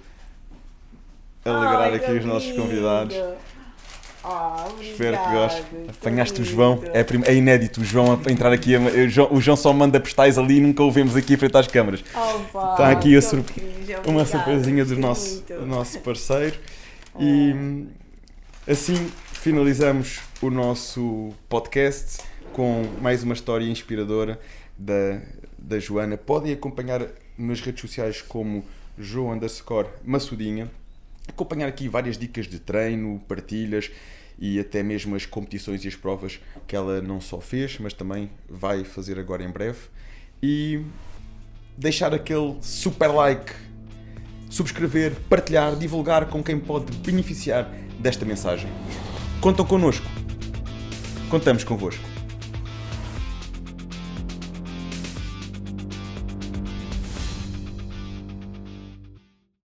alegrar Ai, aqui os nossos lindo. convidados. Ah, Espero que obrigado, gostes. que Apanhaste o lindo. João, é, prim- é inédito o João a entrar aqui. a- O João, o João só manda postais ali e nunca o vemos aqui frente às câmaras. Opa, Está aqui a que sur- fixe, Uma obrigada, surpresinha do gostei nosso, muito. do nosso parceiro. E hum, assim finalizamos o nosso podcast com mais uma história inspiradora da, da Joana. Podem acompanhar nas redes sociais como Jo underscore Massudinha. Acompanhar aqui várias dicas de treino, partilhas e até mesmo as competições e as provas que ela não só fez, mas também vai fazer agora em breve. E deixar aquele super like, subscrever, partilhar, divulgar com quem pode beneficiar desta mensagem. Contam connosco. Contamos convosco.